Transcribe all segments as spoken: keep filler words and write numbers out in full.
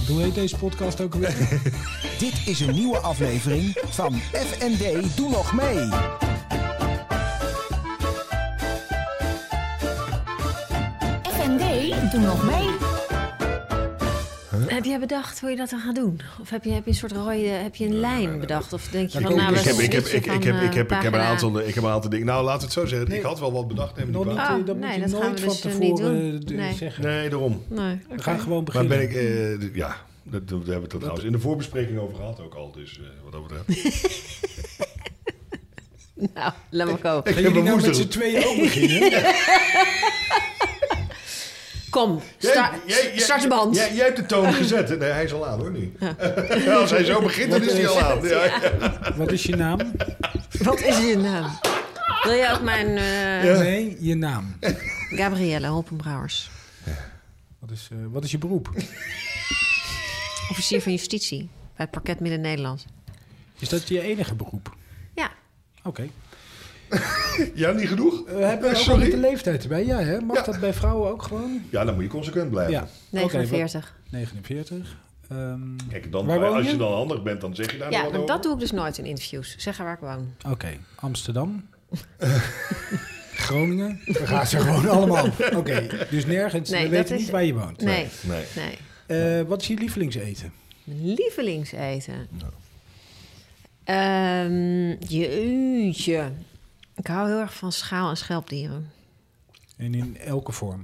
Hoe heet deze podcast ook alweer? Dit is een nieuwe aflevering van F N D Doe Nog Mee. F N D Doe Nog Mee. Huh? Heb jij bedacht hoe je dat dan gaat doen? Of heb je, heb je een soort rode, heb je een lijn bedacht? Of denk je van, nou, ik heb, ik heb, ik, van, ik heb, ik heb, uh, ik heb een aantal, ik heb een aantal dingen. Nou, laat het zo zeggen. Nee. Ik had wel wat bedacht. Neem Nog niet, oh, dat nee, moet je dat nooit gaan we van dus tevoren niet doen. Nee. zeggen. Nee, daarom. Nee, we okay. gaan gewoon beginnen. Maar ben ik, uh, ja, daar hebben we het trouwens in de voorbespreking over gehad ook al. Dus uh, wat over dat. Nou, laat maar komen. Gaan jullie nou met z'n tweeën ook beginnen? Kom, sta, jij, jij, start de band. Jij, jij hebt de toon gezet. Nee, hij is al aan hoor nu. Ja. Als hij zo begint, dan is hij al aan. Ja, ja. Wat is je naam? Wat is je naam? Wil je ook mijn... Uh... Ja. Nee, je naam. Gabrielle Hoppenbrouwers. Ja. Wat, is, uh, wat is je beroep? Officier van Justitie bij het Parket Midden-Nederland. Is dat je enige beroep? Ja. Oké. Okay. Ja, niet genoeg? We uh, hebben ook nog de leeftijd erbij. Ja, hè? Mag ja. dat bij vrouwen ook gewoon? Ja, dan moet je consequent blijven. Ja. negenenveertig. Okay, negenenveertig. Um, Kijk, dan, waar woon als je? je dan handig bent, dan zeg je daar ja, nog wat dat over. doe ik dus nooit in interviews. Zeggen waar ik woon. Oké, okay. Amsterdam. Groningen. We gaan ze gewoon allemaal. Oké, okay. Dus nergens. Nee, we weten is... niet waar je woont. Nee. nee. nee. Uh, wat is je lievelingseten? Lievelingseten? Nou. Um, jeetje. Ik hou heel erg van schaal- en schelpdieren. En in elke vorm?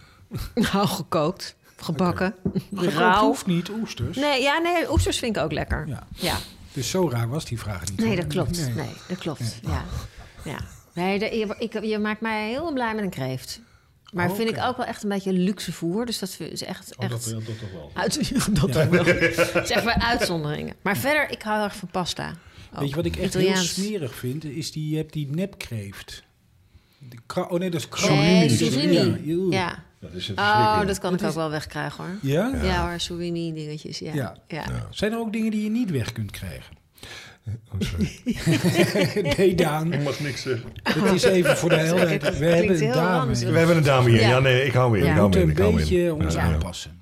Nou, gekookt, gebakken, okay. rauw. Hoeft niet, oesters? Nee, ja, nee, oesters vind ik ook lekker. Ja. ja. Dus zo raar was die vraag niet. Nee, dat klopt. Nee, nee dat klopt. Ja. Ja. Ja. Nee, de, je, ik, je maakt mij heel blij met een kreeft. Maar oh, vind okay. ik ook wel echt een beetje luxe voer. Dus dat is echt... Oh, echt dat, dat, dat toch wel. Uit, dat ja. toch wel. Het is echt bij uitzonderingen. Maar verder, ik hou erg van pasta. Ook. Weet je wat ik echt Italiaans. heel smerig vind? Is die, je hebt die nepkreeft. Kra- oh nee, dat is nee, surimi. Ja. ja. Dat is oh, dat kan dat ik is... ook wel wegkrijgen hoor. Ja? Ja, ja hoor, surimi dingetjes. Ja. Ja. Ja. Ja. Zijn er ook dingen die je niet weg kunt krijgen? Oh, sorry. Nee, Daan. Ik mag niks zeggen. Het is even voor de helderheid. We hebben een dame. Ranzig. We hebben een dame hier. Ja, ja nee, ik hou mee. Ja. Ik We moeten mee, een beetje ons ja. aanpassen.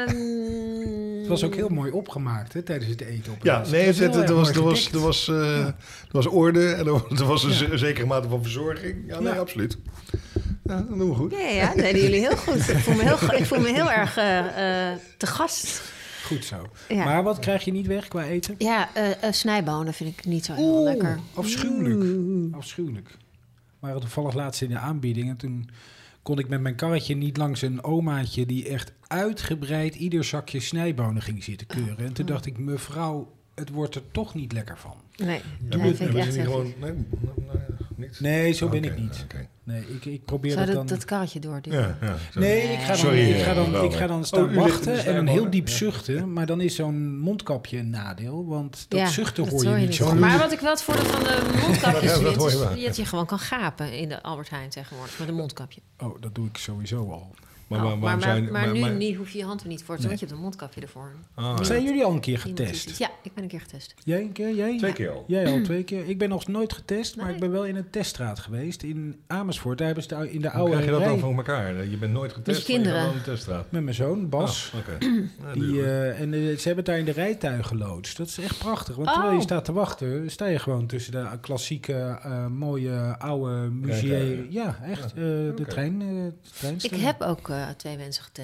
Um... Het was ook heel mooi opgemaakt hè, tijdens het eten. Op ja, nee, het, het, het, was, er, was, er, was, uh, ja. er was orde en er, er was een ja. zekere mate van verzorging. Ja, nee, ja. absoluut. Ja, dat doen we goed. Ja, ja, dat deden jullie heel goed. Ik voel me heel, ik voel me heel erg uh, uh, te gast. Goed zo. Ja. Maar wat krijg je niet weg qua eten? Ja, uh, uh, snijbonen vind ik niet zo heel Oeh, lekker. Afschuwelijk. Oeh. Afschuwelijk. Maar toevallig laatst in de aanbieding en toen kon ik met mijn karretje niet langs een omaatje die echt uitgebreid ieder zakje snijbonen ging zitten keuren. En toen dacht ik, mevrouw, het wordt er toch niet lekker van. Nee, ja, nee vind ik echt niet gewoon, nee, nee, niet. Nee, zo ben okay, ik niet. Okay. Nee, ik, ik probeer Zou dat dat dan... dat karretje door? Ja, ja, nee, ik ga dan, Sorry, ik ga dan, uh, ik ga dan staan oh, wachten en dan heel diep ja. zuchten. Maar dan is zo'n mondkapje een nadeel. Want dat ja, zuchten dat hoor je, je niet zo goed. Maar wat ik wel het voordeel van de mondkapjes vind... is je dat je gewoon kan gapen in de Albert Heijn tegenwoordig met een mondkapje. Oh, dat doe ik sowieso al. Maar, oh, maar, maar, maar, maar nu maar, niet, hoef je je hand er niet voor te nee. want je hebt een mondkapje ervoor. Ah, zijn jullie al een keer getest? Ja, ik ben een keer getest. Jij een keer? Jij? Twee keer al. Jij al twee keer. Ik ben nog nooit getest, nee. maar ik ben wel in een teststraat geweest in Amersfoort. Daar hebben ze in de oude. Hoe krijg je dat dan van elkaar? Je bent nooit getest. Met je kinderen. Maar je in de teststraat. Met mijn zoon Bas. Oh, okay. Die, uh, en uh, ze hebben het daar in de rijtuig geloodst. Dat is echt prachtig. Want oh. terwijl je staat te wachten, sta je gewoon tussen de klassieke, uh, mooie, oude musea. Ja, echt. Uh, de okay. trein. Uh, ik heb ook uh, twee mensen getest.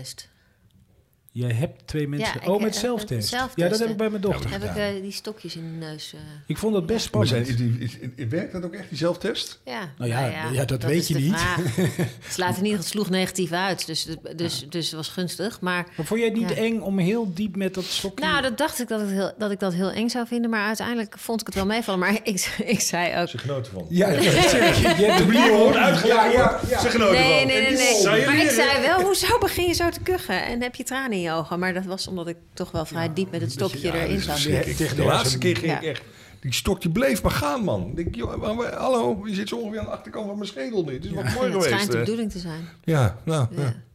Jij hebt twee mensen... Ja, oh, met zelftest. zelftest. Ja, dat heb ik bij mijn dochter ja, gedaan. Heb ik uh, die stokjes in de neus... Uh, ik vond dat best ja. spannend. Maar zijn, is, is, is, werkt dat ook echt, die zelftest? Ja. Nou ja, ja, ja, ja dat, dat weet je niet. Het slaat in ieder geval, het sloeg negatief uit. Dus, dus, ja. dus het was gunstig. Maar, maar vond jij het niet ja. eng om heel diep met dat stokje... Nou, dat dacht ik dat, het heel, dat ik dat heel eng zou vinden. Maar uiteindelijk vond ik het wel meevallen. Maar ik, ik zei ook... Ze genoten van. Ja, ja, ja. Je hebt de blieren hoort uitgelaten. Ja, ja, ja. Ze genoten nee, van. Nee, nee, nee. nee. Maar ik zei wel, hoezo begin je zo te kuchen? En heb je tranen in je ogen? Maar dat was omdat ik toch wel vrij diep met het stokje ja, erin zat. De laatste keer ging ja. ik echt... Die stokje bleef maar gaan, man. Ik denk, joh, hallo, je zit zo ongeveer aan de achterkant van mijn schedel nu. Het is ja. wat mooi ja, geweest. Het schijnt de bedoeling te zijn. Ja, nou, ja. ja.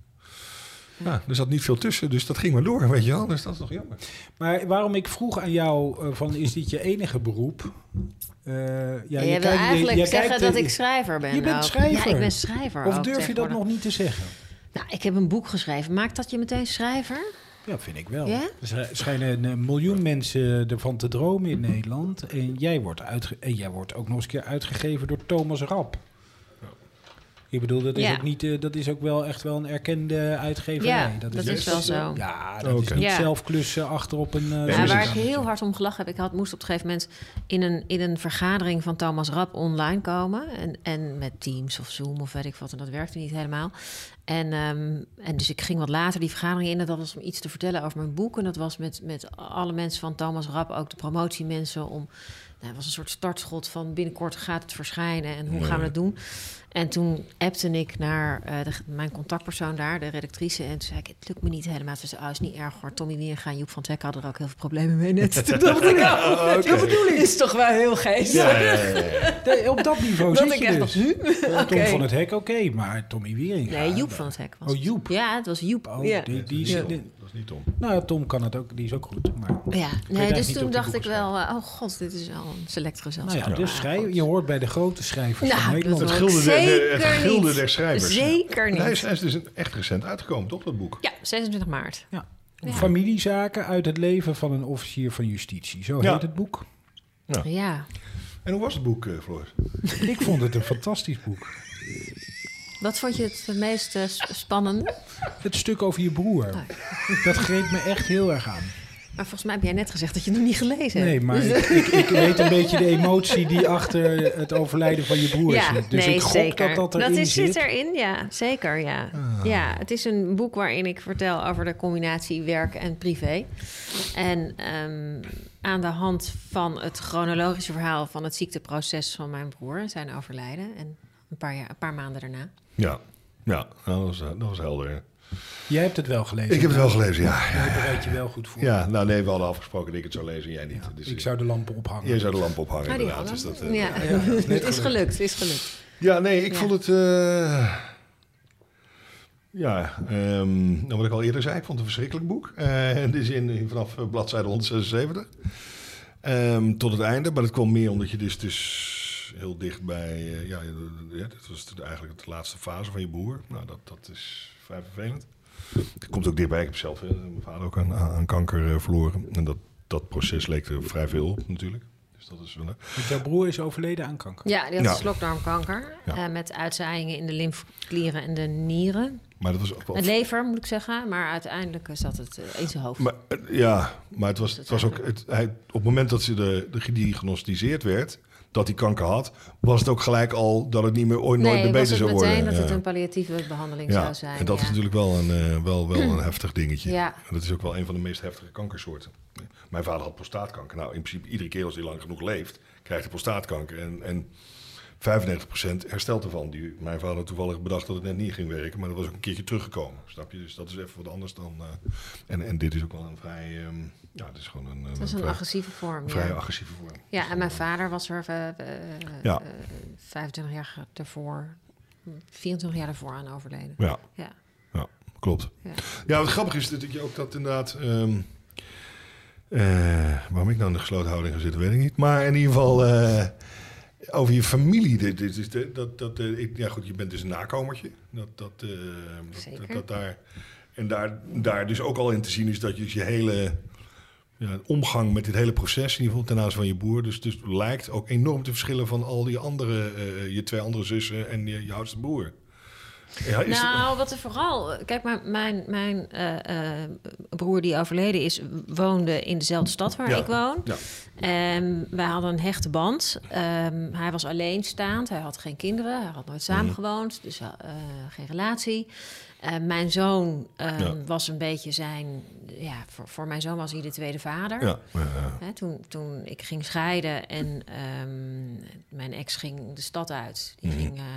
Ja. Ja, er zat niet veel tussen, dus dat ging maar door, weet je wel. Dus dat is toch jammer. Maar waarom ik vroeg aan jou, uh, van, is dit je enige beroep? Uh, ja, ja, je jij wil kijkt, eigenlijk je, je zeggen kijkt, dat ik schrijver ben. Je bent ook. schrijver. Ja, ik ben schrijver. Of ook, durf je dat nog niet te zeggen? Nou, ik heb een boek geschreven. Maakt dat je meteen schrijver? Ja, vind ik wel. Ja? Er schijnen een miljoen mensen ervan te dromen in Nederland. En jij wordt, uitge- en jij wordt ook nog eens een keer uitgegeven door Thomas Rapp. Ik bedoel, dat is, Ja. ook niet, uh, dat is ook wel echt wel een erkende uitgeverij. Ja, dat is, echt, wel zo. Ja, dat Okay. is niet Ja. zelf klussen achter op een... Uh, Ja, is waar het- ik heel hard om gelachen heb... ik had, moest op een gegeven moment in een, in een vergadering van Thomas Rapp online komen. En, en met Teams of Zoom of weet ik wat. En dat werkte niet helemaal. En, um, en dus ik ging wat later die vergadering in. En dat was om iets te vertellen over mijn boek. En dat was met, met alle mensen van Thomas Rapp, ook de promotiemensen... om nou, het was een soort startschot van binnenkort gaat het verschijnen... en hoe gaan we het doen... En toen appte ik naar uh, de, mijn contactpersoon daar, de redactrice. En toen zei ik, het lukt me niet helemaal. Ze zei, oh, is niet erg hoor. Tommy Wieringa en Joep van het Hek hadden er ook heel veel problemen mee net. Toen dacht ik, nou, Oh, okay. dat bedoel ik. Is toch wel heel geestig. Ja, ja, ja, ja. Nee, op dat niveau Dat zit ik je echt dus. nog nu? Tom Oké. van het Hek, oké. Okay, maar Tommy Wieringa... Nee, Joep van het Hek was Oh, het. Joep. Ja, het was Joep. Oh, ja. die, die is... Dat is die- niet Tom. Dat is niet Tom. nou, Tom kan het ook. Die is ook goed. Maar, Ja, nee, eigenlijk dus niet toen op die dacht ik boeken wel... uh, oh god, dit is wel een select gezelschap. nou ja, dus Maar schrijf, goed. je hoort bij de grote schrijvers Nou, van Nederland. dat Het hoor ik gilde, de, de, het zeker gilde niet. der schrijvers. Zeker niet. Hij is, hij is dus echt recent uitgekomen, toch, dat boek? Ja, zesentwintig maart. Ja. Ja. Familiezaken uit het leven van een officier van justitie. Zo Ja. heet het boek. Ja. En hoe was het boek, uh, Floor? Ik vond het een fantastisch boek. Wat vond je het meest uh, spannende? Het stuk over je broer. Oh. Dat greep me echt heel erg aan. Maar volgens mij heb jij net gezegd dat je het nog niet gelezen hebt. Nee, maar ik, ik, ik weet een beetje de emotie die achter het overlijden van je broer Ja, zit. Dus nee, ik gok zeker. dat dat erin dat is, zit. zit erin, ja. Zeker, ja. Ah. Ja, het is een boek waarin ik vertel over de combinatie werk en privé. En um, aan de hand van het chronologische verhaal van het ziekteproces van mijn broer en zijn overlijden. En een paar, jaar, een paar maanden daarna. Ja, ja nou, dat, was, dat was helder. Jij hebt het wel gelezen. Ik heb het wel gelezen, ja. Jij bereidt je wel goed voor. Ja, nou nee, we hadden afgesproken dat ik het zou lezen en jij niet. Ja, Dus, ik zou de lampen ophangen. Jij zou de lamp ophangen, Ah, die inderdaad. hadden. Dus dat, uh, ja. ja, dat is net het is gelukt, het is gelukt. Ja, nee, ik Ja. vond het... Uh, ja, um, nou wat ik al eerder zei, ik vond het een verschrikkelijk boek. Uh, in de zin vanaf uh, bladzijde honderdzesenzeventig um, tot het einde. Maar dat kwam meer omdat je dus, dus heel dicht bij... Uh, ja, ja, dat was eigenlijk de laatste fase van je broer. Nou, dat, dat is vrij vervelend. Het komt ook dichtbij. Ik heb zelf uh, mijn vader ook aan, aan kanker uh, verloren. En dat, dat proces leek er vrij veel op natuurlijk. Dus dat is wel... Uh, Want jouw broer is overleden aan kanker. Ja, die had Ja. slokdarmkanker. Ja. Uh, met uitzaaiingen in de lymfeklieren en de nieren. maar dat was ook wel... En lever, moet ik zeggen. Maar uiteindelijk zat het uh, in zijn hoofd. Maar, uh, ja, maar het was, het was ook... Het, hij, op het moment dat ze de, de gediagnosticeerd werd... dat hij kanker had... was het ook gelijk al dat het niet meer ooit nooit nee, meer was beter het zou meteen worden. dat het Ja. een palliatieve behandeling Ja, zou zijn. en dat ja. is natuurlijk wel een, uh, wel, wel een heftig dingetje. Ja. En dat is ook wel een van de meest heftige kankersoorten. Mijn vader had prostaatkanker. Nou, in principe iedere keer als hij lang genoeg leeft... krijgt hij prostaatkanker. En, en vijfennegentig procent herstelt ervan. Die, mijn vader had toevallig bedacht dat het net niet ging werken... maar dat was ook een keertje teruggekomen. Snap je? Dus dat is even wat anders dan... Uh, en, en dit is ook wel een vrij... Um, ja, het is gewoon een... Het was een vrij, agressieve vorm, vrij ja. agressieve vorm. Ja, en mijn vader was er uh, uh, Ja. uh, vijfentwintig jaar daarvoor... vierentwintig jaar daarvoor aan overleden. Ja. Ja. Ja, klopt. Ja. Ja, wat grappig is dat je ook dat inderdaad... Um, uh, waarom ik nou in de gesloten houding ga zitten, weet ik niet. Maar in ieder geval... Uh, over je familie. Dit, dit, dit, dit, dat, dat, uh, ik, ja goed, je bent dus een nakomertje. Dat, dat, uh, Zeker. dat, dat daar, en daar, daar dus ook al in te zien is dat je dus je hele... Ja, omgang met dit hele proces, in ieder geval ten aanzien van je broer... dus, dus lijkt ook enorm te verschillen van al die andere... Uh, je twee andere zussen en je, je oudste broer. Ja, is Nou, wat er vooral... Kijk, mijn, mijn, mijn uh, uh, broer die overleden is... woonde in dezelfde stad waar Ja. ik woon. Ja. Um, wij hadden een hechte band. Um, hij was alleenstaand. Hij had geen kinderen. Hij had nooit samengewoond. Mm. Dus uh, geen relatie. Uh, mijn zoon um, ja. was een beetje zijn... Ja, voor, voor mijn zoon was hij de tweede vader. Ja. Ja, ja. Hè, toen, toen ik ging scheiden en um, mijn ex ging de stad uit. Die mm. ging... Uh,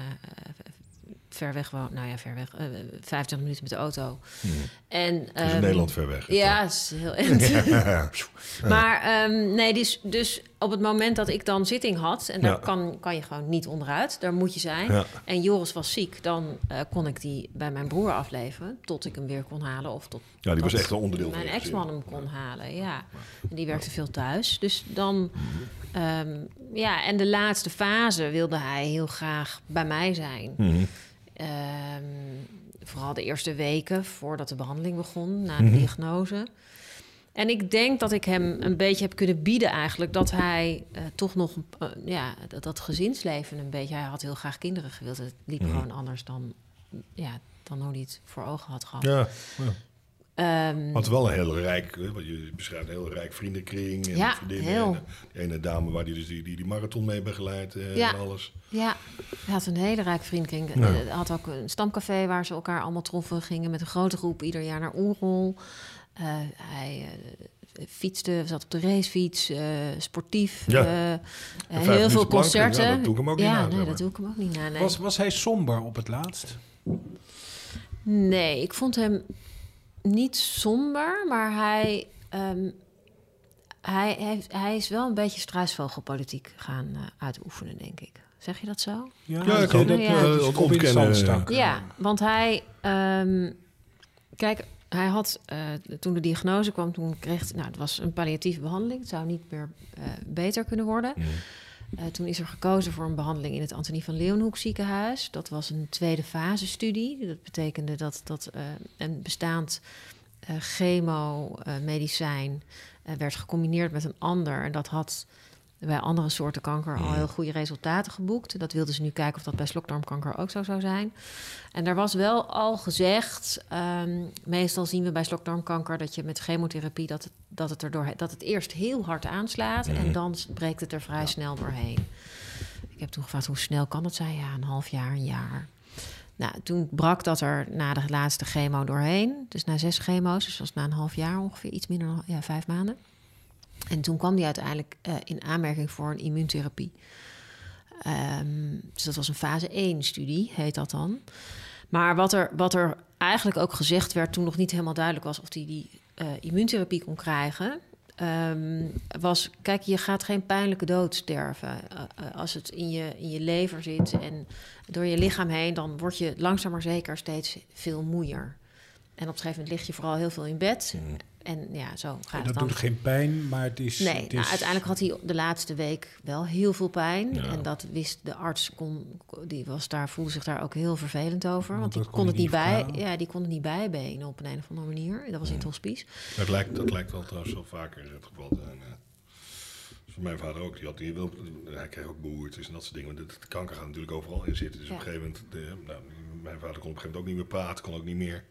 ver weg woont. Nou ja, ver weg. Uh, vijfentwintig minuten met de auto. Hmm. En, um, dus in Nederland ver weg. Ja, dat is heel erg. Maar um, nee, dus, dus op het moment dat ik dan zitting had... en daar ja. kan, kan je gewoon niet onderuit. Daar moet je zijn. Ja. En Joris was ziek. Dan uh, kon ik die bij mijn broer afleveren... tot ik hem weer kon halen. Of tot ja, die was echt een onderdeel van mijn ex-man hem kon ja. halen, ja. En die werkte veel thuis. Dus dan... Um, ja, en de laatste fase wilde hij heel graag bij mij zijn... Mm-hmm. Um, vooral de eerste weken voordat de behandeling begon, na de Mhm. diagnose. En ik denk dat ik hem een beetje heb kunnen bieden eigenlijk... dat hij uh, toch nog uh, ja, dat, dat gezinsleven een beetje... Hij had heel graag kinderen gewild. Het liep Mhm. gewoon anders dan, ja, dan hoe hij het voor ogen had gehad. Ja, ja. Um, Had wel een heel rijk, hè, wat je beschrijft, een heel rijk vriendenkring. En Ja, vriendinnen. heel. En die ene dame waar die dus die, die, die marathon mee begeleidt uh, Ja. en alles. Ja, hij had een hele rijke vriendenkring. Ja. Hij had ook een stamcafé waar ze elkaar allemaal troffen. Gingen met een grote groep ieder jaar naar Oerol. Uh, hij uh, fietste, zat op de racefiets, uh, sportief. Ja. Uh, uh, vijf heel veel minuten concerten. planken, ja, dat doe ik hem ook niet ja, na, nee, zeg maar. dat doe ik hem ook niet na. Nee. Was, was hij somber op het laatst? Nee, ik vond hem niet somber, maar hij, um, hij, hij, hij is wel een beetje struisvogelpolitiek gaan uh, uitoefenen, denk ik. Zeg je dat zo? Ja, Ja, ik dat, kan dat, ja. dat is dat kop in het ontkennen, zand stak. Ja, want hij... Um, kijk, hij had... Uh, toen de diagnose kwam, toen kreeg... Nou, het was een palliatieve behandeling. Het zou niet meer uh, beter kunnen worden. Mm. Uh, toen is er gekozen voor een behandeling in het Antonie van Leeuwenhoek ziekenhuis. Dat was een tweede fase studie. Dat betekende dat, dat uh, een bestaand uh, chemo-medicijn uh, werd gecombineerd met een ander. En dat had bij andere soorten kanker al heel goede resultaten geboekt. Dat wilden ze nu kijken of dat bij slokdarmkanker ook zo zou zijn. En er was wel al gezegd... Um, meestal zien we bij slokdarmkanker dat je met chemotherapie... dat het, dat het, er door, dat het eerst heel hard aanslaat... Mm. en dan breekt het er vrij ja. snel doorheen. Ik heb toen gevraagd, hoe snel kan dat zijn? Ja, een half jaar, een jaar. Nou, toen brak dat er na de laatste chemo doorheen. Dus na zes chemo's, dus dat was na een half jaar ongeveer... iets minder dan ja, vijf maanden. En toen kwam die uiteindelijk uh, in aanmerking voor een immuuntherapie. Um, dus dat was een fase één studie, heet dat dan. Maar wat er, wat er eigenlijk ook gezegd werd... toen nog niet helemaal duidelijk was of hij die, die uh, immuuntherapie kon krijgen... Um, was, kijk, je gaat geen pijnlijke dood sterven. Uh, uh, als het in je, in je lever zit en door je lichaam heen... dan word je langzaam maar zeker steeds veel moeier. En op een gegeven moment lig je vooral heel veel in bed... Mm. En ja, zo gaat dat het dan. doet geen pijn, maar het is... Nee, het is... Nou, uiteindelijk had hij de laatste week wel heel veel pijn. Ja. En dat wist de arts, kon, die was daar, voelde zich daar ook heel vervelend over. Want, Want die dat kon, kon het niet bij, verklaren. ja, die kon het niet bijbenen op een, een of andere manier. Dat was in het hospice. Dat lijkt, dat lijkt wel trouwens wel vaker in het geval. En, uh, voor mijn vader ook. Die had, die wil, hij kreeg ook beroertes en dat soort dingen. De, de kanker gaat natuurlijk overal in zitten. Dus Ja. op een gegeven moment... De, nou, mijn vader kon op een gegeven moment ook niet meer praten. Kon ook niet meer...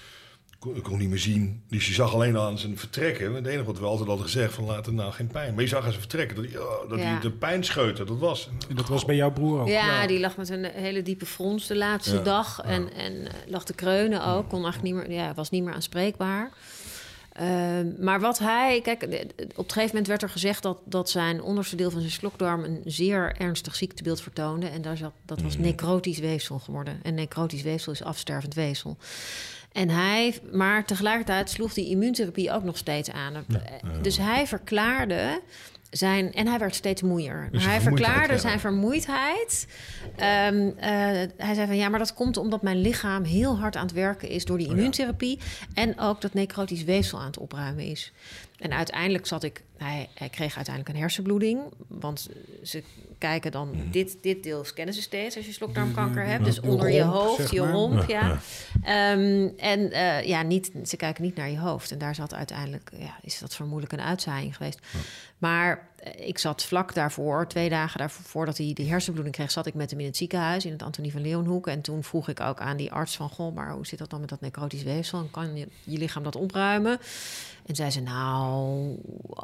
Kon, kon niet meer zien. Dus je zag alleen al aan zijn vertrekken. Het enige wat we altijd hadden gezegd, van laat er nou geen pijn. Maar je zag aan zijn vertrekken dat hij, oh, dat Ja. hij de pijn scheurde. Dat was. En dat was bij jouw broer ook? Ja, Ja. die lag met een hele diepe frons de laatste Ja. dag. Ja. En, en uh, lag te kreunen ook. Kon eigenlijk niet meer, ja, was niet meer aanspreekbaar. Uh, maar wat hij... Kijk, op een gegeven moment werd er gezegd... dat, dat zijn onderste deel van zijn slokdarm... een zeer ernstig ziektebeeld vertoonde. En daar zat, dat was necrotisch weefsel geworden. En necrotisch weefsel is afstervend weefsel. En hij, maar tegelijkertijd sloeg die immuuntherapie ook nog steeds aan. Ja, ja. Dus hij verklaarde zijn... En hij werd steeds moeier. Maar hij verklaarde ja. zijn vermoeidheid. Um, uh, hij zei van, ja, maar dat komt omdat mijn lichaam heel hard aan het werken is... door die immuuntherapie. Oh ja. En ook dat necrotisch weefsel aan het opruimen is. En uiteindelijk zat ik... Hij, hij kreeg uiteindelijk een hersenbloeding. Want ze kijken dan... Mm. Dit, dit deel scannen ze steeds als je slokdarmkanker hebt. Dus onder je hoofd, je romp, ja. ja. Um, en uh, ja, niet, ze kijken niet naar je hoofd. En daar zat uiteindelijk... Ja, is dat vermoedelijk een uitzaaiing geweest. Ja. Maar uh, ik zat vlak daarvoor... twee dagen daarvoor, voordat hij die hersenbloeding kreeg... zat ik met hem in het ziekenhuis... in het Antonie van Leeuwenhoek. En toen vroeg ik ook aan die arts van... goh, maar hoe zit dat dan met dat necrotisch weefsel? En kan je, je lichaam dat opruimen? En zei ze, nou,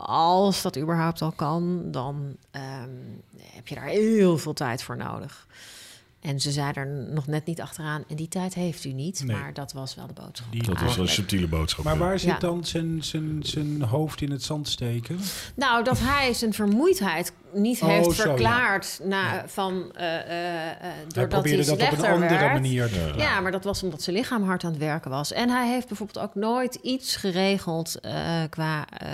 als dat überhaupt al kan... dan um, heb je daar heel veel tijd voor nodig. En ze zei er nog net niet achteraan... en die tijd heeft u niet, nee. Maar dat was wel de boodschap. Die, dat was een subtiele boodschap. Maar waar zit ja. dan zijn, zijn, zijn hoofd in het zand steken? Nou, dat hij zijn vermoeidheid niet oh, heeft zo, verklaard... Ja. Na, ja. van, uh, uh, hij doordat hij dat op een andere werd. manier te ja. ja, maar dat was omdat zijn lichaam hard aan het werken was. En hij heeft bijvoorbeeld ook nooit iets geregeld... Uh, qua uh,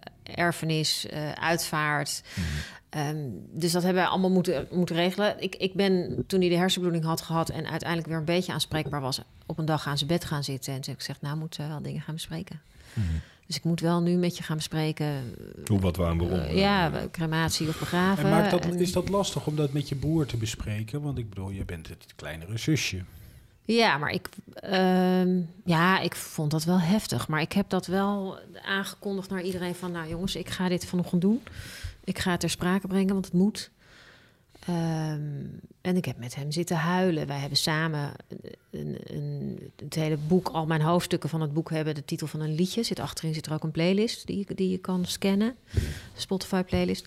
erfenis, uh, uitvaart... Mm-hmm. Um, dus dat hebben wij allemaal moeten, moeten regelen. Ik, ik ben, toen hij de hersenbloeding had gehad... en uiteindelijk weer een beetje aanspreekbaar was... op een dag aan zijn bed gaan zitten. En toen heb ik gezegd, nou, we moeten wel dingen gaan bespreken. Mm-hmm. Dus ik moet wel nu met je gaan bespreken... Hoe, wat, waar en waarom. Uh, ja, crematie of begraven. En maakt dat, en, is dat lastig om dat met je broer te bespreken? Want ik bedoel, je bent het kleinere zusje. Ja, maar ik, uh, ja, ik vond dat wel heftig. Maar ik heb dat wel aangekondigd naar iedereen van... nou jongens, ik ga dit vanochtend doen. Ik ga het ter sprake brengen, want het moet. Um, en ik heb met hem zitten huilen. Wij hebben samen een, een, het hele boek... al mijn hoofdstukken van het boek hebben de titel van een liedje. Zit achterin zit er ook een playlist die, die je kan scannen. Spotify-playlist.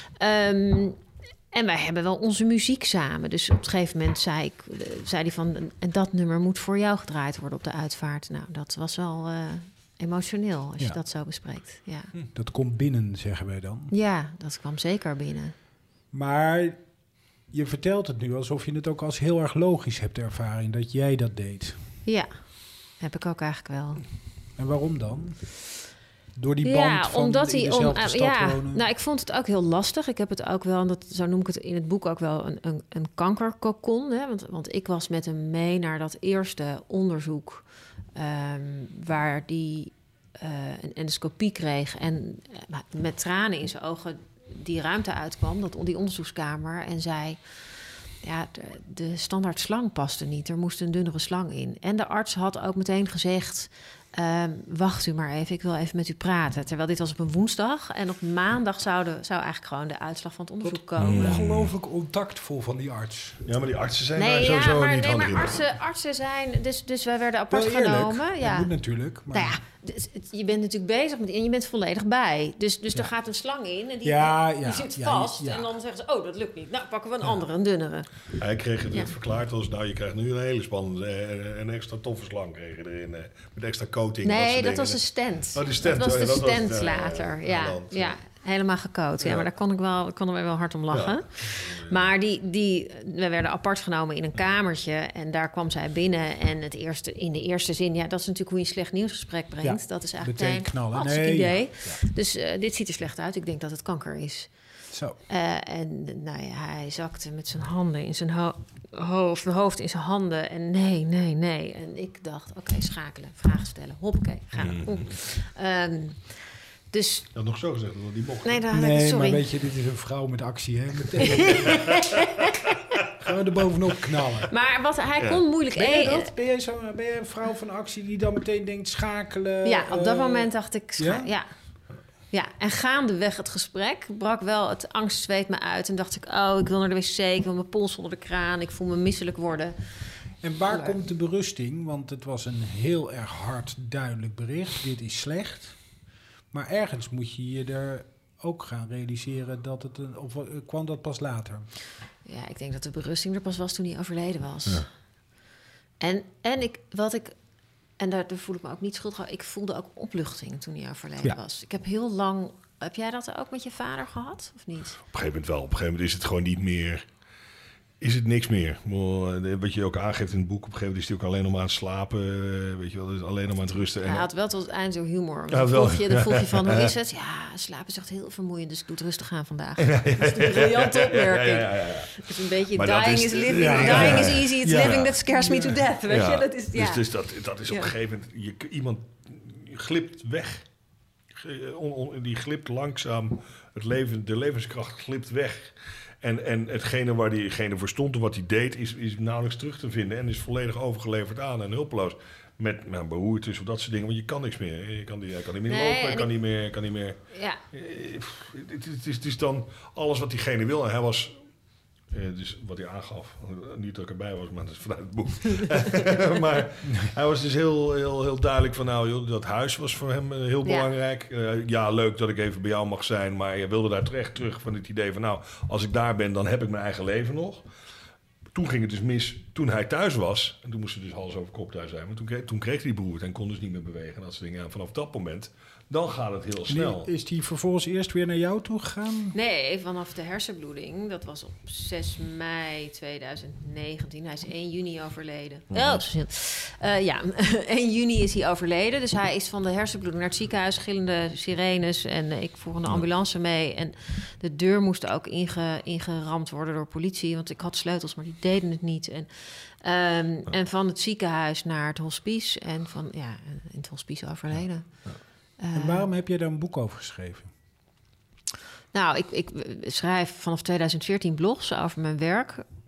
Um, En wij hebben wel onze muziek samen. Dus op een gegeven moment zei, ik, uh, zei hij van... en dat nummer moet voor jou gedraaid worden op de uitvaart. Nou, dat was wel uh, emotioneel als ja. je dat zo bespreekt. Ja. Dat komt binnen, zeggen wij dan. Ja, dat kwam zeker binnen. Maar je vertelt het nu alsof je het ook als heel erg logisch hebt ervaring... dat jij dat deed. Ja, heb ik ook eigenlijk wel. En waarom dan? Door die band ja, van omdat in hij dezelfde om, stad ja, wonen? Nou, ik vond het ook heel lastig. Ik heb het ook wel, en dat, zo noem ik het in het boek ook wel, een, een, een kankerkokon. Hè? Want, want ik was met hem mee naar dat eerste onderzoek... Um, waar die uh, een endoscopie kreeg... en uh, met tranen in zijn ogen die ruimte uitkwam, dat, die onderzoekskamer... en zei... Ja, de, de standaard slang paste niet. Er moest een dunnere slang in. En de arts had ook meteen gezegd... Um, wacht u maar even, ik wil even met u praten. Terwijl dit was op een woensdag. En op maandag zou, de, zou eigenlijk gewoon de uitslag van het onderzoek Wat komen. ongelooflijk contactvol van die arts. Ja, maar die artsen zijn nee, daar ja, sowieso maar, niet nee, handig maar in. artsen, artsen zijn... Dus, dus wij werden apart Wel eerlijk, genomen. Ja. Dat moet natuurlijk. Maar... Nou ja, dus het, je bent natuurlijk bezig met... en je bent volledig bij. Dus, dus ja. er gaat een slang in en die, ja, die ja, zit ja, vast. ja, ja. En dan zeggen ze, oh, dat lukt niet. Nou, pakken we een ja. andere, een dunnere. Hij kreeg het Ja. verklaard als... nou, je krijgt nu een hele spannende... en een extra toffe slang kreeg je erin. Met extra coating. Nee, dat, dat was een stent. Oh, die stent. Dat was de dat stent was, uh, later. Ja, ja, land, ja, helemaal gecoat. Ja, ja. maar daar kon ik wel, kon er wel hard om lachen. Ja. Maar die, die, we werden apart genomen in een kamertje. En daar kwam zij binnen. En het eerste, in de eerste zin... ja, dat is natuurlijk hoe je een slecht nieuwsgesprek brengt. Ja, dat is eigenlijk meteen meteen knallen. hartstikke Nee, idee. ja, ja. Dus uh, dit ziet er slecht uit. Ik denk dat het kanker is. Zo. Uh, en nou ja, hij zakte met zijn handen in zijn ho- hoofd, hoofd in zijn handen. En nee, nee, nee. En ik dacht, oké, okay, schakelen, vragen stellen. Hoppakee, gaan. Mm. Um, dus... Je had nog zo gezegd, dat die mocht. Nee, daar, Nee, sorry. maar weet je, dit is een vrouw met actie, hè? Meteen. Gaan we er bovenop knallen. Maar wat, hij Ja. kon moeilijk Ben jij eten. dat? Ben jij, zo, ben jij een vrouw van actie die dan meteen denkt schakelen? Ja, op dat uh, moment dacht ik... Scha- ja? ja? Ja, en gaandeweg het gesprek brak wel het angstzweet me uit. En dacht ik, oh, ik wil naar de wc, ik wil mijn pols onder de kraan. Ik voel me misselijk worden. En waar Maar- komt de berusting? Want het was een heel erg hard, duidelijk bericht. Dit is slecht. Maar ergens moet je je er ook gaan realiseren dat het... Een, of kwam dat pas later? Ja, ik denk dat de berusting er pas was toen hij overleden was. Ja. En, en ik, wat ik... En daar, daar voel ik me ook niet schuldig. Ik voelde ook opluchting toen hij overleden Ja. was. Ik heb heel lang... Heb jij dat ook met je vader gehad, of niet? Op een gegeven moment wel. Op een gegeven moment is het gewoon niet meer... Is het niks meer. Wel, wat je ook aangeeft in het boek... op een gegeven moment is hij ook alleen nog maar aan het slapen. uh, Weet je wel, dus alleen nog maar aan het rusten. En Hij had wel tot het eind zo humor. Want Ja, dan, wel. vroeg je, dan vroeg je van, hoe is het? Ja, slapen is echt heel vermoeiend, dus ik doe het rustig aan vandaag. Dat is een briljante opmerking. Ja, ja, ja, ja. Het is een beetje Maar dat dying is- is, living. ja, ja, dying ja. is easy, it's Ja. living that scares me to death. Weet Ja. je? Dat is, ja. Dus, dus dat, dat is op Ja. een gegeven moment... Je, iemand glipt weg. Ge- on- on- die glipt langzaam. Het leven, de levenskracht glipt weg. En, en hetgene waar diegene voor stond en wat hij deed... Is, is nauwelijks terug te vinden. En is volledig overgeleverd aan en hulpeloos. Met nou, beroertes of dat soort dingen. Want je kan niks meer. Je kan, die, hij kan niet meer Nee, lopen. Hij en kan, ik- niet meer, kan niet meer... ja. Eh, Het, het, is, het is dan alles wat diegene wil. En hij was... eh, dus wat hij aangaf. Niet dat ik erbij was, maar dat is vanuit het boek. Maar hij was dus heel, heel, heel duidelijk van... Nou, joh, dat huis was voor hem eh, heel Ja. belangrijk. Eh, ja, leuk dat ik even bij jou mag zijn. Maar je wilde daar terecht terug van het idee van... Nou, als ik daar ben, dan heb ik mijn eigen leven nog. Toen ging het dus mis toen hij thuis was. En toen moest hij dus hals over kop thuis zijn. Maar toen kreeg, toen kreeg hij die beroerte en kon dus niet meer bewegen. En dat soort dingen. En vanaf dat moment, dan gaat het heel snel. Die- is die vervolgens eerst weer naar jou toe gegaan? Nee, vanaf de hersenbloeding. Dat was op zes mei tweeduizend negentien. Hij is één juni overleden. Oh, uh, ja, één juni is hij overleden. Dus hij is van de hersenbloeding naar het ziekenhuis. Gillende sirenes. En uh, ik voer een ambulance mee. En de deur moest ook inge, ingeramd worden door politie. Want ik had sleutels, maar die deden het niet. En, um, en van het ziekenhuis naar het hospice. En van, ja, in het hospice overleden. Uh, En waarom heb jij daar een boek over geschreven? Nou, ik, ik schrijf vanaf tweeduizend veertien blogs over mijn werk.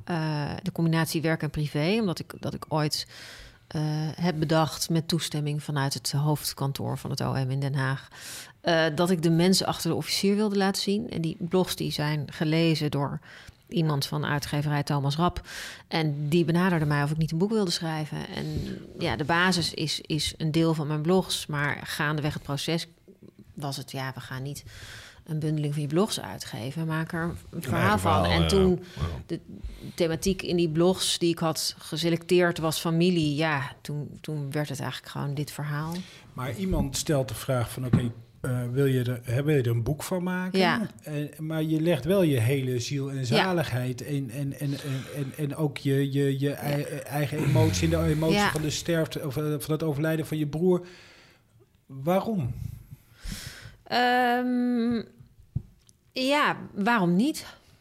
uh, de combinatie werk en privé. Omdat ik, dat ik ooit uh, heb bedacht met toestemming vanuit het hoofdkantoor van het O M in Den Haag. Uh, dat ik de mensen achter de officier wilde laten zien. En die blogs die zijn gelezen door iemand van uitgeverij Thomas Rapp. En die benaderde mij of ik niet een boek wilde schrijven. En ja, de basis is, is een deel van mijn blogs. Maar gaandeweg het proces was het, ja, we gaan niet een bundeling van je blogs uitgeven. Maak er een verhaal van. En ja. toen de thematiek in die blogs die ik had geselecteerd was familie. Ja, toen, toen werd het eigenlijk gewoon dit verhaal. Maar iemand stelt de vraag van oké, okay, Uh, wil, je er, wil je er een boek van maken? Ja. Uh, maar je legt wel je hele ziel en zaligheid... Ja. En, en, en, en, en ook je, je, je ja. eigen emotie... de emotie ja. van de sterfte... of van het overlijden van je broer. Waarom? Um, ja, waarom niet?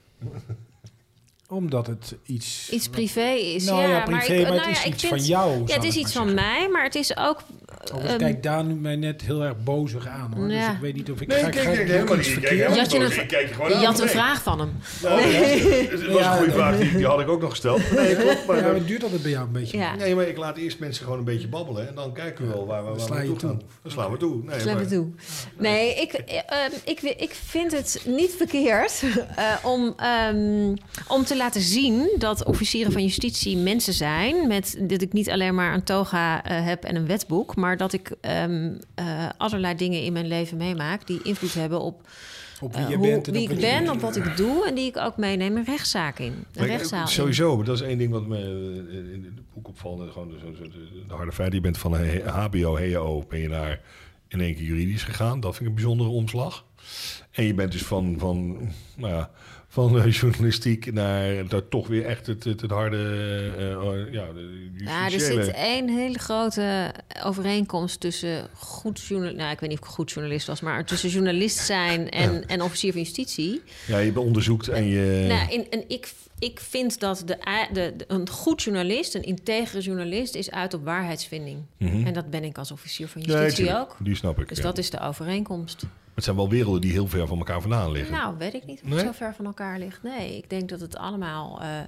Omdat het iets... Iets privé is, nou, ja. ja privé, maar, ik, maar het nou is ja, iets vind, van jou. Ja, het is iets van mij, maar het is ook... Overigens um, kijkt Daan mij net heel erg bozig aan, hoor. Ja. Dus ik weet niet of ik... Nee, ga, kijk, ga, kijk, helemaal niet. Je had, je een, kijk je gewoon je had een vraag van hem. Nou, nee. Het was ja, een goede vraag, die, die had ik ook nog gesteld. Nee, klopt. Maar, ja, het duurt altijd bij jou een beetje. Ja. Nee, maar ik laat eerst mensen gewoon een beetje babbelen. En dan kijken we wel waar we, waar we naartoe gaan. Dan slaan we toe. Nee, slaan we toe. Nee, ik, uh, ik, ik vind het niet verkeerd uh, om, um, om te laten zien... dat officieren van justitie mensen zijn... met dat ik niet alleen maar een toga uh, heb en een wetboek... maar dat ik um, uh, allerlei dingen in mijn leven meemaak... die invloed hebben op, op wie, je uh, bent hoe, wie ik ben, op wat ik doe... en die ik ook meeneem een rechtszaak in. Een rechtszaal sowieso, in. Dat is één ding wat me in het boek opvalt. Gewoon de, de, de, de harde feit. Je bent van H B O, H E O, ben je naar in één keer juridisch gegaan. Dat vind ik een bijzondere omslag. En je bent dus van... van nou ja, van uh, journalistiek naar, naar toch weer echt het, het, het harde... Uh, ja, de ja, er zit één hele grote overeenkomst tussen goed journalist... Nou, ik weet niet of ik goed journalist was... maar tussen journalist zijn en, ja. en officier van justitie. Ja, je onderzoekt en je... Nou, in, en ik, ik vind dat de, de, de, een goed journalist, een integere journalist... is uit op waarheidsvinding. Mm-hmm. En dat ben ik als officier van justitie ja, ook. Die snap ik. Dus ja. dat is de overeenkomst. Het zijn wel werelden die heel ver van elkaar vandaan liggen. Nou, weet ik niet of nee? het zo ver van elkaar ligt. Nee, ik denk dat het allemaal uh,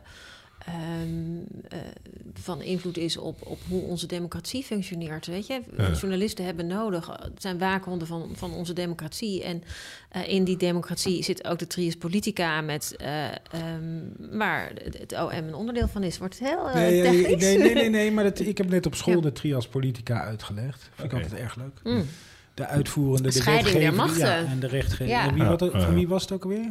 um, uh, van invloed is op, op hoe onze democratie functioneert. Weet je, ja. Journalisten hebben nodig. Het zijn waakhonden van, van onze democratie. En uh, in die democratie zit ook de trias politica met, uh, um, waar het O M een onderdeel van is. Wordt het heel uh, nee, technisch? Nee, nee, nee, nee, maar dat, ik heb net op school ja. de trias politica uitgelegd. Vind okay. ik altijd erg leuk. Mm. De uitvoerende, de scheiding der machten. Ja, en de rechtgeving. Ja. En wie, wat, van wie was het ook alweer?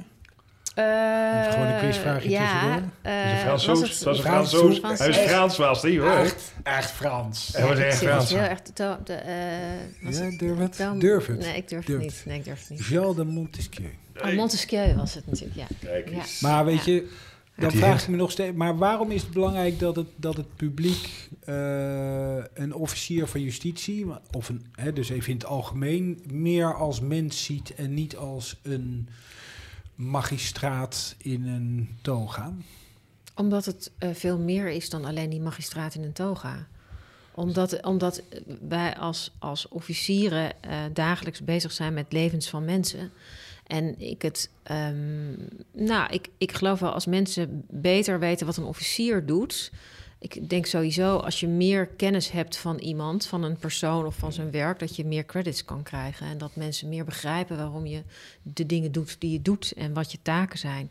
Uh, Even gewoon een quizvraagje ja, tussendoor. Uh, Fransoos. Was dat is een Fransoos. Frans. Hij is Frans, was die hoor. Echt, echt Frans. Hij was echt Frans. Heel erg de, de, uh, ja, durf het? Toon... Durf het? Nee, ik durf durf het niet. Nee, ik durf het niet. Jean de Montesquieu. Oh, Montesquieu was het natuurlijk, ja. Kijk eens. Ja. Maar weet je, ja. dan vraag ik me nog steeds... Maar waarom is het belangrijk dat het, dat het publiek uh, een officier van justitie... of een, hè, dus even in het algemeen, meer als mens ziet... en niet als een magistraat in een toga? Omdat het uh, veel meer is dan alleen die magistraat in een toga. Omdat, omdat wij als, als officieren uh, dagelijks bezig zijn met levens van mensen... En ik het, um, nou, ik, ik geloof wel als mensen beter weten wat een officier doet. Ik denk sowieso als je meer kennis hebt van iemand, van een persoon of van zijn werk, dat je meer credits kan krijgen. En dat mensen meer begrijpen waarom je de dingen doet die je doet en wat je taken zijn.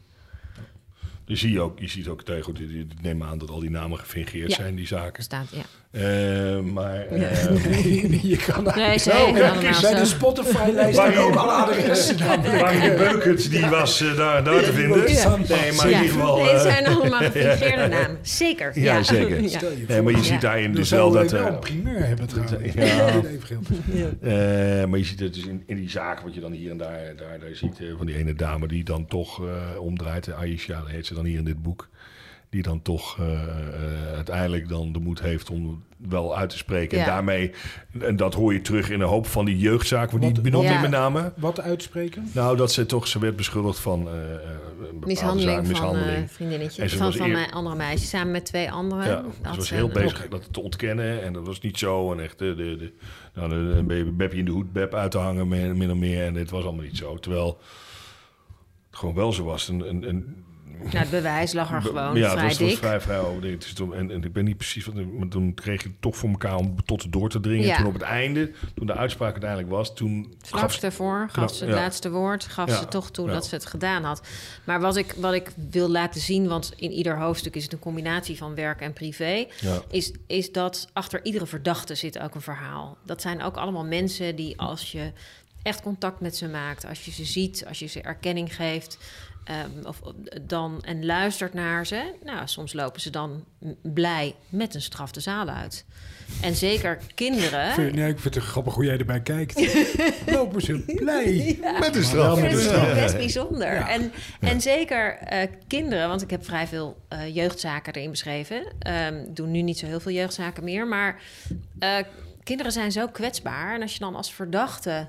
Je ziet ook, je ziet ook goed, ik neem aan dat al die namen gefingeerd ja. zijn, die zaken. Staat, ja. Uh, maar... Uh, ja. nee, je kan nee, ze nou, ja, bij de Spotify-lijst ook alle adressen. Barry Beukert, die was uh, daar, daar te vinden. Ja. Nee, maar ja. in ieder geval... Uh, nee, zijn allemaal gefingeerde ja. namen. Zeker. Ja, ja. zeker. ja. Nee, maar je ziet daarin dus wel dat... We uh, een primeur hebben trouwens. Ja. ja. uh, maar je ziet het dus in, in die zaken, wat je dan hier en daar, daar, daar ziet... Uh, van die ene dame die dan toch uh, omdraait. Aisha heet ze dan hier in dit boek. Die dan toch uh, uh, uiteindelijk dan de moed heeft om wel uit te spreken. Ja. En daarmee, en dat hoor je terug in een hoop van die jeugdzaken, die benoemd ja. met name. Wat uitspreken? Nou, dat ze toch, ze werd beschuldigd van uh, mishandeling, zaak, mishandeling van een uh, vriendinnetje. Van, van eer... mijn andere meisjes, samen met twee anderen. Ja, ze was heel bezig ook. dat te ontkennen. En dat was niet zo. En echt de, de, de, nou, de, de, de Beppie in de hoed, Bep uit te hangen, min of meer. En dit was allemaal niet zo. Terwijl het gewoon wel zo was. Een, een, een, Nou, het bewijs lag er gewoon ja, vrij dat was, dik. was vrij, vrij over. Het is toen, en, en ik weet niet precies, wat, maar toen kreeg je het toch voor elkaar om tot door te dringen. Ja. En toen op het einde, toen de uitspraak uiteindelijk was, toen Vlak gaf ze... daarvoor gaf ze het ja. laatste woord, gaf Ja. ze toch toe Ja. dat ze het gedaan had. Maar wat ik, wat ik wil laten zien, want in ieder hoofdstuk is het een combinatie van werk en privé, Ja. is, is dat achter iedere verdachte zit ook een verhaal. Dat zijn ook allemaal mensen die als je echt contact met ze maakt, als je ze ziet, als je ze erkenning geeft, um, of, dan, en luistert naar ze, nou, soms lopen ze dan m- blij met een straf de zaal uit. En zeker kinderen... Vind- Nee, ik vind het grappig hoe jij erbij kijkt. Lopen ze blij. Ja. Met een Maar straf. wel met Dat een is straf. toch best bijzonder. Ja. En, en zeker eh, kinderen, want ik heb vrij veel eh, jeugdzaken erin beschreven. Um, doe nu niet zo heel veel jeugdzaken meer. Maar uh, kinderen zijn zo kwetsbaar. En als je dan als verdachte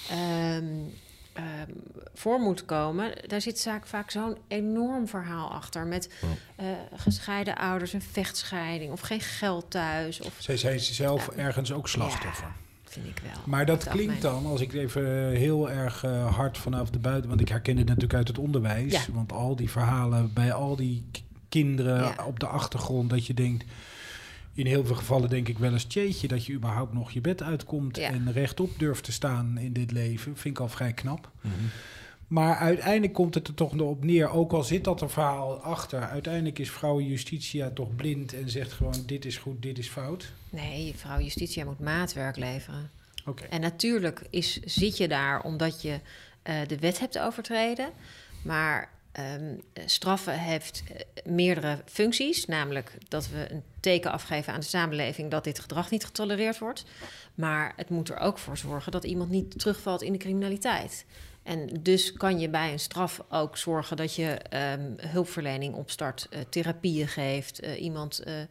um, um, voor moet komen, daar zit zaak vaak zo'n enorm verhaal achter. Met uh, gescheiden ouders, een vechtscheiding of geen geld thuis. Of, Zij zijn zelf Ja. ergens ook slachtoffer. Ja, vind ik wel. Maar dat Ik klinkt dacht, dan, als ik even heel erg uh, hard vanaf de buiten... want ik herken het natuurlijk uit het onderwijs. Ja. Want al die verhalen bij al die k- kinderen Ja. op de achtergrond... dat je denkt, in heel veel gevallen denk ik wel eens... tjeetje, dat je überhaupt nog je bed uitkomt... Ja. en rechtop durft te staan in dit leven. Vind ik al vrij knap. Mm-hmm. Maar uiteindelijk komt het er toch nog op neer... ook al zit dat een verhaal achter... uiteindelijk is vrouw Justitia toch blind... en zegt gewoon, dit is goed, dit is fout. Nee, vrouw Justitia moet maatwerk leveren. Oké. En natuurlijk is, zit je daar omdat je uh, de wet hebt overtreden. Maar um, straffen heeft uh, meerdere functies. Namelijk dat we een teken afgeven aan de samenleving... dat dit gedrag niet getolereerd wordt. Maar het moet er ook voor zorgen dat iemand niet terugvalt in de criminaliteit. En dus kan je bij een straf ook zorgen dat je um, hulpverlening opstart, uh, therapieën geeft, uh, iemand uh, uh,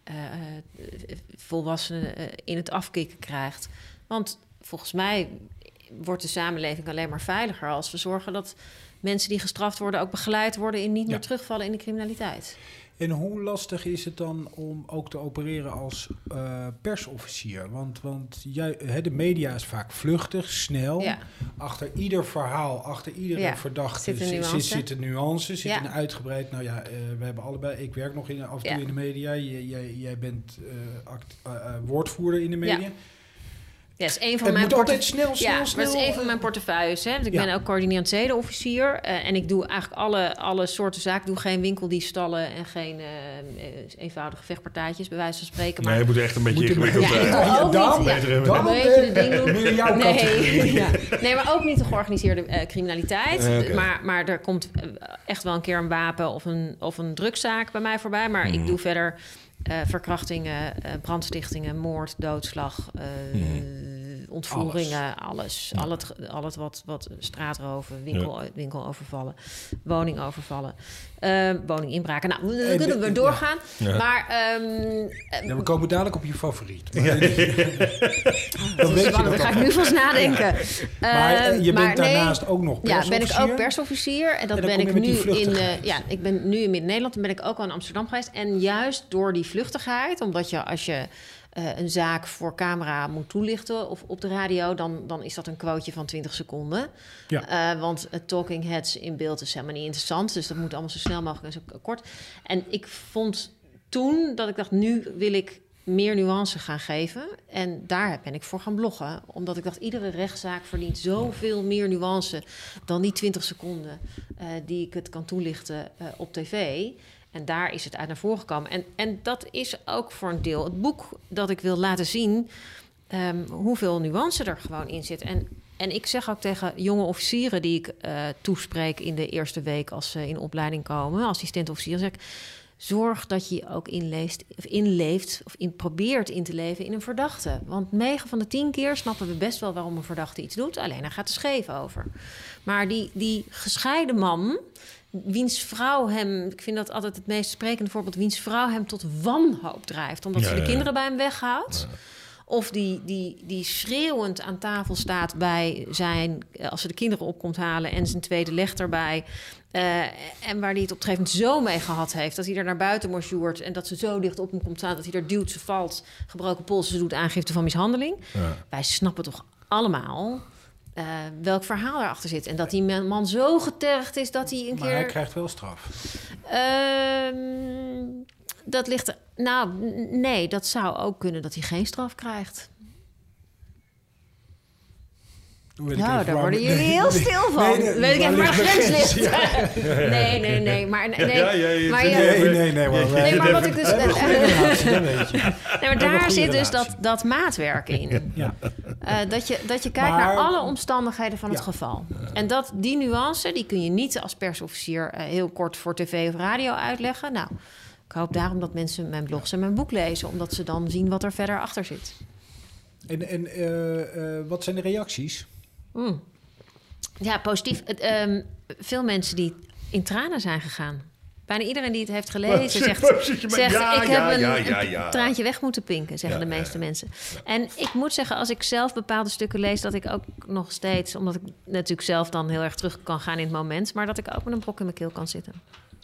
uh, volwassenen uh, in het afkicken krijgt. Want volgens mij wordt de samenleving alleen maar veiliger als we zorgen dat mensen die gestraft worden ook begeleid worden in niet Ja. meer terugvallen in de criminaliteit. En hoe lastig is het dan om ook te opereren als uh, persofficier? Want, want jij, he, de media is vaak vluchtig, snel. Ja. Achter ieder verhaal, achter iedere Ja, verdachte zit een zit, nuance. zit, zit een nuance, zit Ja. een uitgebreid... Nou ja, uh, we hebben allebei... Ik werk nog in, af en toe Ja. in de media. Jij, jij, jij bent uh, act, uh, uh, woordvoerder in de media. Ja. Ja, dat is een van Het mijn moet altijd portef- snel, snel, ja, snel. maar dat is een van mijn portefeuilles. Hè? Want ik Ja. ben ook coördinerend zedenofficier. Uh, en ik doe eigenlijk alle, alle soorten zaken. Ik doe geen winkeldiefstallen en geen uh, eenvoudige vechtpartijtjes, bij wijze van spreken. Maar Nee, je moet echt een beetje Moet je- ingewikkeld Ja, ik zijn. doe ook dan, niet... Ja, beter hebben. dan, een beetje de ding doen. meer jouw nee, categorie. ja. nee, maar ook niet de georganiseerde uh, criminaliteit. Eh, oké. maar, maar er komt uh, echt wel een keer een wapen of een, of een drugszaak bij mij voorbij. Maar Mhm. ik doe verder uh, verkrachtingen, uh, brandstichtingen, moord, doodslag, uh, ontvoeringen, alles. Ja. Al het, al het wat, wat straatroven, winkel, winkelovervallen, woningovervallen, uh, woninginbraken. Nou, we En kunnen de- we doorgaan. Ja. Maar... Um, Ja, we komen dadelijk op je favoriet. Maar, ja. dan Dat weet is je spannend, dat daar ga al. ik nu vast nadenken. Maar Ehm, uh, je bent maar nee, daarnaast ook nog ja, persofficier. ben ik ook persofficier. En dat En dan ben kom ik je met nu die in. Uh, vluchtigheid. ja, ik ben nu in Midden-Nederland en ben ik ook al in Amsterdam geweest. En juist door die vluchtigheid, omdat je als je uh, een zaak voor camera moet toelichten of op de radio, dan, dan is dat een quoteje van twintig seconden. Ja. Uh, want uh, talking heads in beeld is helemaal niet interessant. Dus dat moet allemaal zo snel mogelijk en zo kort. En ik vond toen dat ik dacht, nu wil ik meer nuance gaan geven. En daar ben ik voor gaan bloggen. Omdat ik dacht, iedere rechtszaak verdient zoveel meer nuance dan die twintig seconden uh, die ik het kan toelichten uh, op tv. En daar is het uit naar voren gekomen. En, en dat is ook voor een deel het boek dat ik wil laten zien um, hoeveel nuance er gewoon in zit. En, en ik zeg ook tegen jonge officieren die ik uh, toespreek in de eerste week als ze in opleiding komen, assistent-officier, zeg ik, zorg dat je ook inleest, of inleeft of in, probeert in te leven in een verdachte. Want negen van de tien keer snappen we best wel waarom een verdachte iets doet. Alleen hij gaat er scheef over. Maar die, die gescheiden man, wiens vrouw hem, ik vind dat altijd het meest sprekende voorbeeld, wiens vrouw hem tot wanhoop drijft, omdat Ja, ze de ja. kinderen bij hem weghoudt. Ja. Of die, die, die schreeuwend aan tafel staat bij zijn, als ze de kinderen op komt halen en zijn tweede leg erbij. Uh, en waar hij het op een gegeven moment zo mee gehad heeft, dat hij er naar buiten morsjoert en dat ze zo dicht op hem komt staan, dat hij er duwt, ze valt, gebroken polsen, ze doet aangifte van mishandeling. Ja. Wij snappen toch allemaal uh, welk verhaal erachter zit. En dat die man zo getergd is dat hij een maar keer... Maar hij krijgt wel straf. Uh, dat ligt er... Nou, nee, dat zou ook kunnen dat hij geen straf krijgt. Ja, daar worden jullie heel stil van. Nee, nee, weet ik even waar de grens ligt. Ja. Nee, nee, nee. Maar, nee, ja, ja, ja, maar, nee, nee, nee, nee. Maar, nee, maar wat ik dus... Dat weet je. Nee, maar daar zit dus dat, dat maatwerk in. Ja. Uh, dat, je, dat je kijkt maar, naar alle omstandigheden van het ja. geval. En dat, die nuance, die kun je niet als persofficier... Uh, heel kort voor tv of radio uitleggen. Nou, ik hoop daarom dat mensen mijn blogs en mijn boek lezen... omdat ze dan zien wat er verder achter zit. En, en uh, uh, wat zijn de reacties? Mm. Ja, positief. Uh, um, veel mensen die in tranen zijn gegaan. Bijna iedereen die het heeft gelezen zegt... zegt ja, ik ja, heb een, ja, ja, ja. een traantje weg moeten pinken, zeggen ja, de meeste ja, mensen. Ja. En ik moet zeggen, als ik zelf bepaalde stukken lees... dat ik ook nog steeds... omdat ik natuurlijk zelf dan heel erg terug kan gaan in het moment... maar dat ik ook met een brok in mijn keel kan zitten.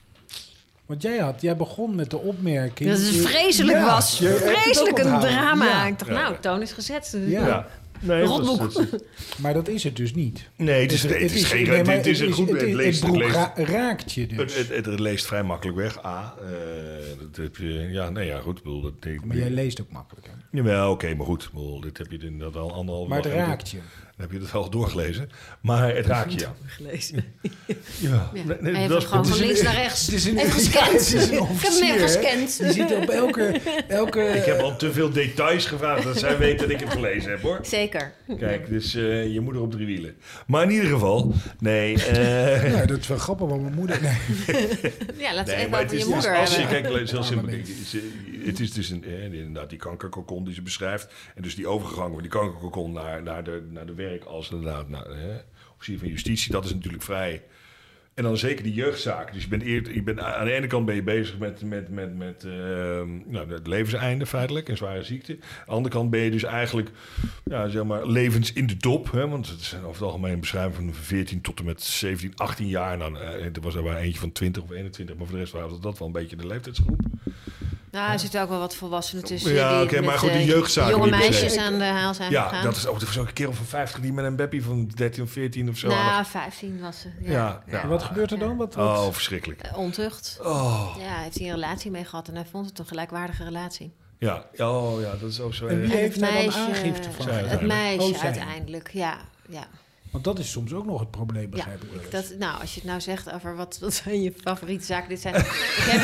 Want jij had, jij begon met de opmerking... Dat het vreselijk ja, was. Vreselijk een drama. Ja. Ik dacht, nou, toon is gezet. Ja. ja. Nee, Rotboek. Dat is, maar dat is het dus niet. Nee, het is, het is, het is geen... Nee, het is een goed... Het, het, leest, het, het leest, ra- raakt je dus. Het, het, het leest vrij makkelijk weg. A. Uh, dat heb je... Ja, nee, ja, goed. Bedoel, dat, ik, maar jij leest ook makkelijk, hè? Jawel, oké, okay, maar goed. Bedoel, dit heb je inderdaad al anderhalf... Maar het raakt je. Dan heb je het al doorgelezen. Maar het raakt je, ja. Doorgelezen. Ja. ja. Nee, nee, dat gewoon van links naar rechts. Het is een, even gescand. Ja, is een ik heb hem even gescand. Die zit op elke, elke... Ik heb al te veel details gevraagd... dat zij weet dat ik het gelezen heb, hoor. Zeker. Kijk, dus uh, je moeder op drie wielen. Maar in ieder geval, nee... Uh... Ja, dat is wel grappig, want mijn moeder... Nee. Ja, laten we nee, even over je moeder als hebben. Je, kijk, het is heel simpel. Het is dus een, eh, inderdaad die kankerkokon die ze beschrijft. En dus die overgang van die kankerkokon naar, naar, de, naar de werk als inderdaad nou, eh, officier van justitie. Dat is natuurlijk vrij... En dan zeker die jeugdzaken. Dus je bent, eer, je bent aan de ene kant ben je bezig met, met, met, met uh, nou, het levenseinde feitelijk, een zware ziekte. Aan de andere kant ben je dus eigenlijk ja, zeg maar, levens in de top. Hè? Want het zijn over het algemeen een beschrijving van veertien tot en met zeventien, achttien jaar. Nou, uh, er was er maar eentje van twintig of eenentwintig, maar voor de rest was dat wel een beetje de leeftijdsgroep. Nou, er zitten ook wel wat volwassenen tussen. Ja, oké, okay, maar goed, die jeugdzaken. Jonge meisjes aan de haal zijn ja, gegaan. Ja, dat is ook zo'n kerel van vijftig die met een beppie van dertien of veertien of zo. Nou, vijftien was ze. Ja. Ja, ja. Ja. Wat gebeurt er dan? Wat, wat? Oh, verschrikkelijk. Uh, ontucht. Oh. Ja, heeft hij een relatie mee gehad en hij vond het een gelijkwaardige relatie. Ja, oh, ja, dat is ook zo. En wie heeft daar meisje, dan aangifte van? Het meisje oh, uiteindelijk, ja, ja. Want dat is soms ook nog het probleem, begrijp ja, ik. Dat, nou, als je het nou zegt over wat, wat zijn je favoriete zaken, dit zijn. Ik heb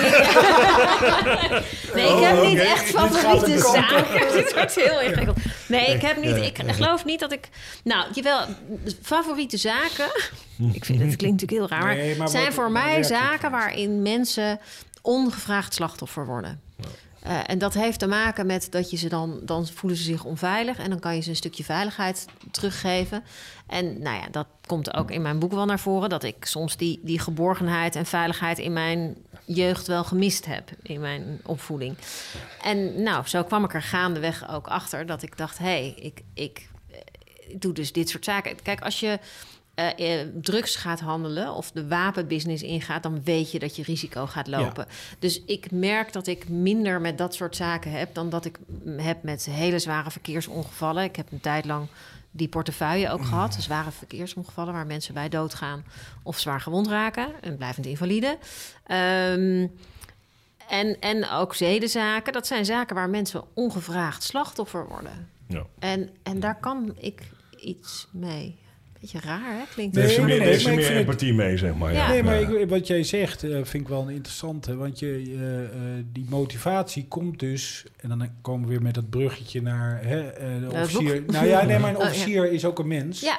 niet, nee, ik heb oh, niet okay. echt favoriete zaken. Dit wordt heel ingewikkeld. Nee, ik heb niet. Ik geloof niet dat ik. Nou, jawel, favoriete zaken. Ik vind het, het klinkt natuurlijk heel raar, maar, nee, maar zijn wat, voor mij zaken waarin mensen ongevraagd slachtoffer worden. Uh, en dat heeft te maken met dat je ze dan... dan voelen ze zich onveilig en dan kan je ze een stukje veiligheid teruggeven. En nou ja, dat komt ook in mijn boek wel naar voren... dat ik soms die, die geborgenheid en veiligheid in mijn jeugd wel gemist heb... in mijn opvoeding. En nou, zo kwam ik er gaandeweg ook achter dat ik dacht... hé, hey, ik, ik, ik doe dus dit soort zaken. Kijk, als je... Uh, uh, drugs gaat handelen of de wapenbusiness ingaat... dan weet je dat je risico gaat lopen. Ja. Dus ik merk dat ik minder met dat soort zaken heb... dan dat ik heb met hele zware verkeersongevallen. Ik heb een tijd lang die portefeuille ook gehad. Zware verkeersongevallen waar mensen bij doodgaan... of zwaar gewond raken, een blijvend invalide. Um, en, en ook zedenzaken. Dat zijn zaken waar mensen ongevraagd slachtoffer worden. Ja. En, en daar kan ik iets mee... Beetje raar, hè? Klinkt nee, nee, er meer, nee, nee, meer empathie het... mee, zeg maar. Ja. Ja. Nee, maar ik, wat jij zegt uh, vind ik wel een interessante. Want je, uh, uh, die motivatie komt dus... en dan komen we weer met dat bruggetje naar hè, uh, de officier. Nou ja, nee, maar een officier oh, ja. is ook een mens. Ja.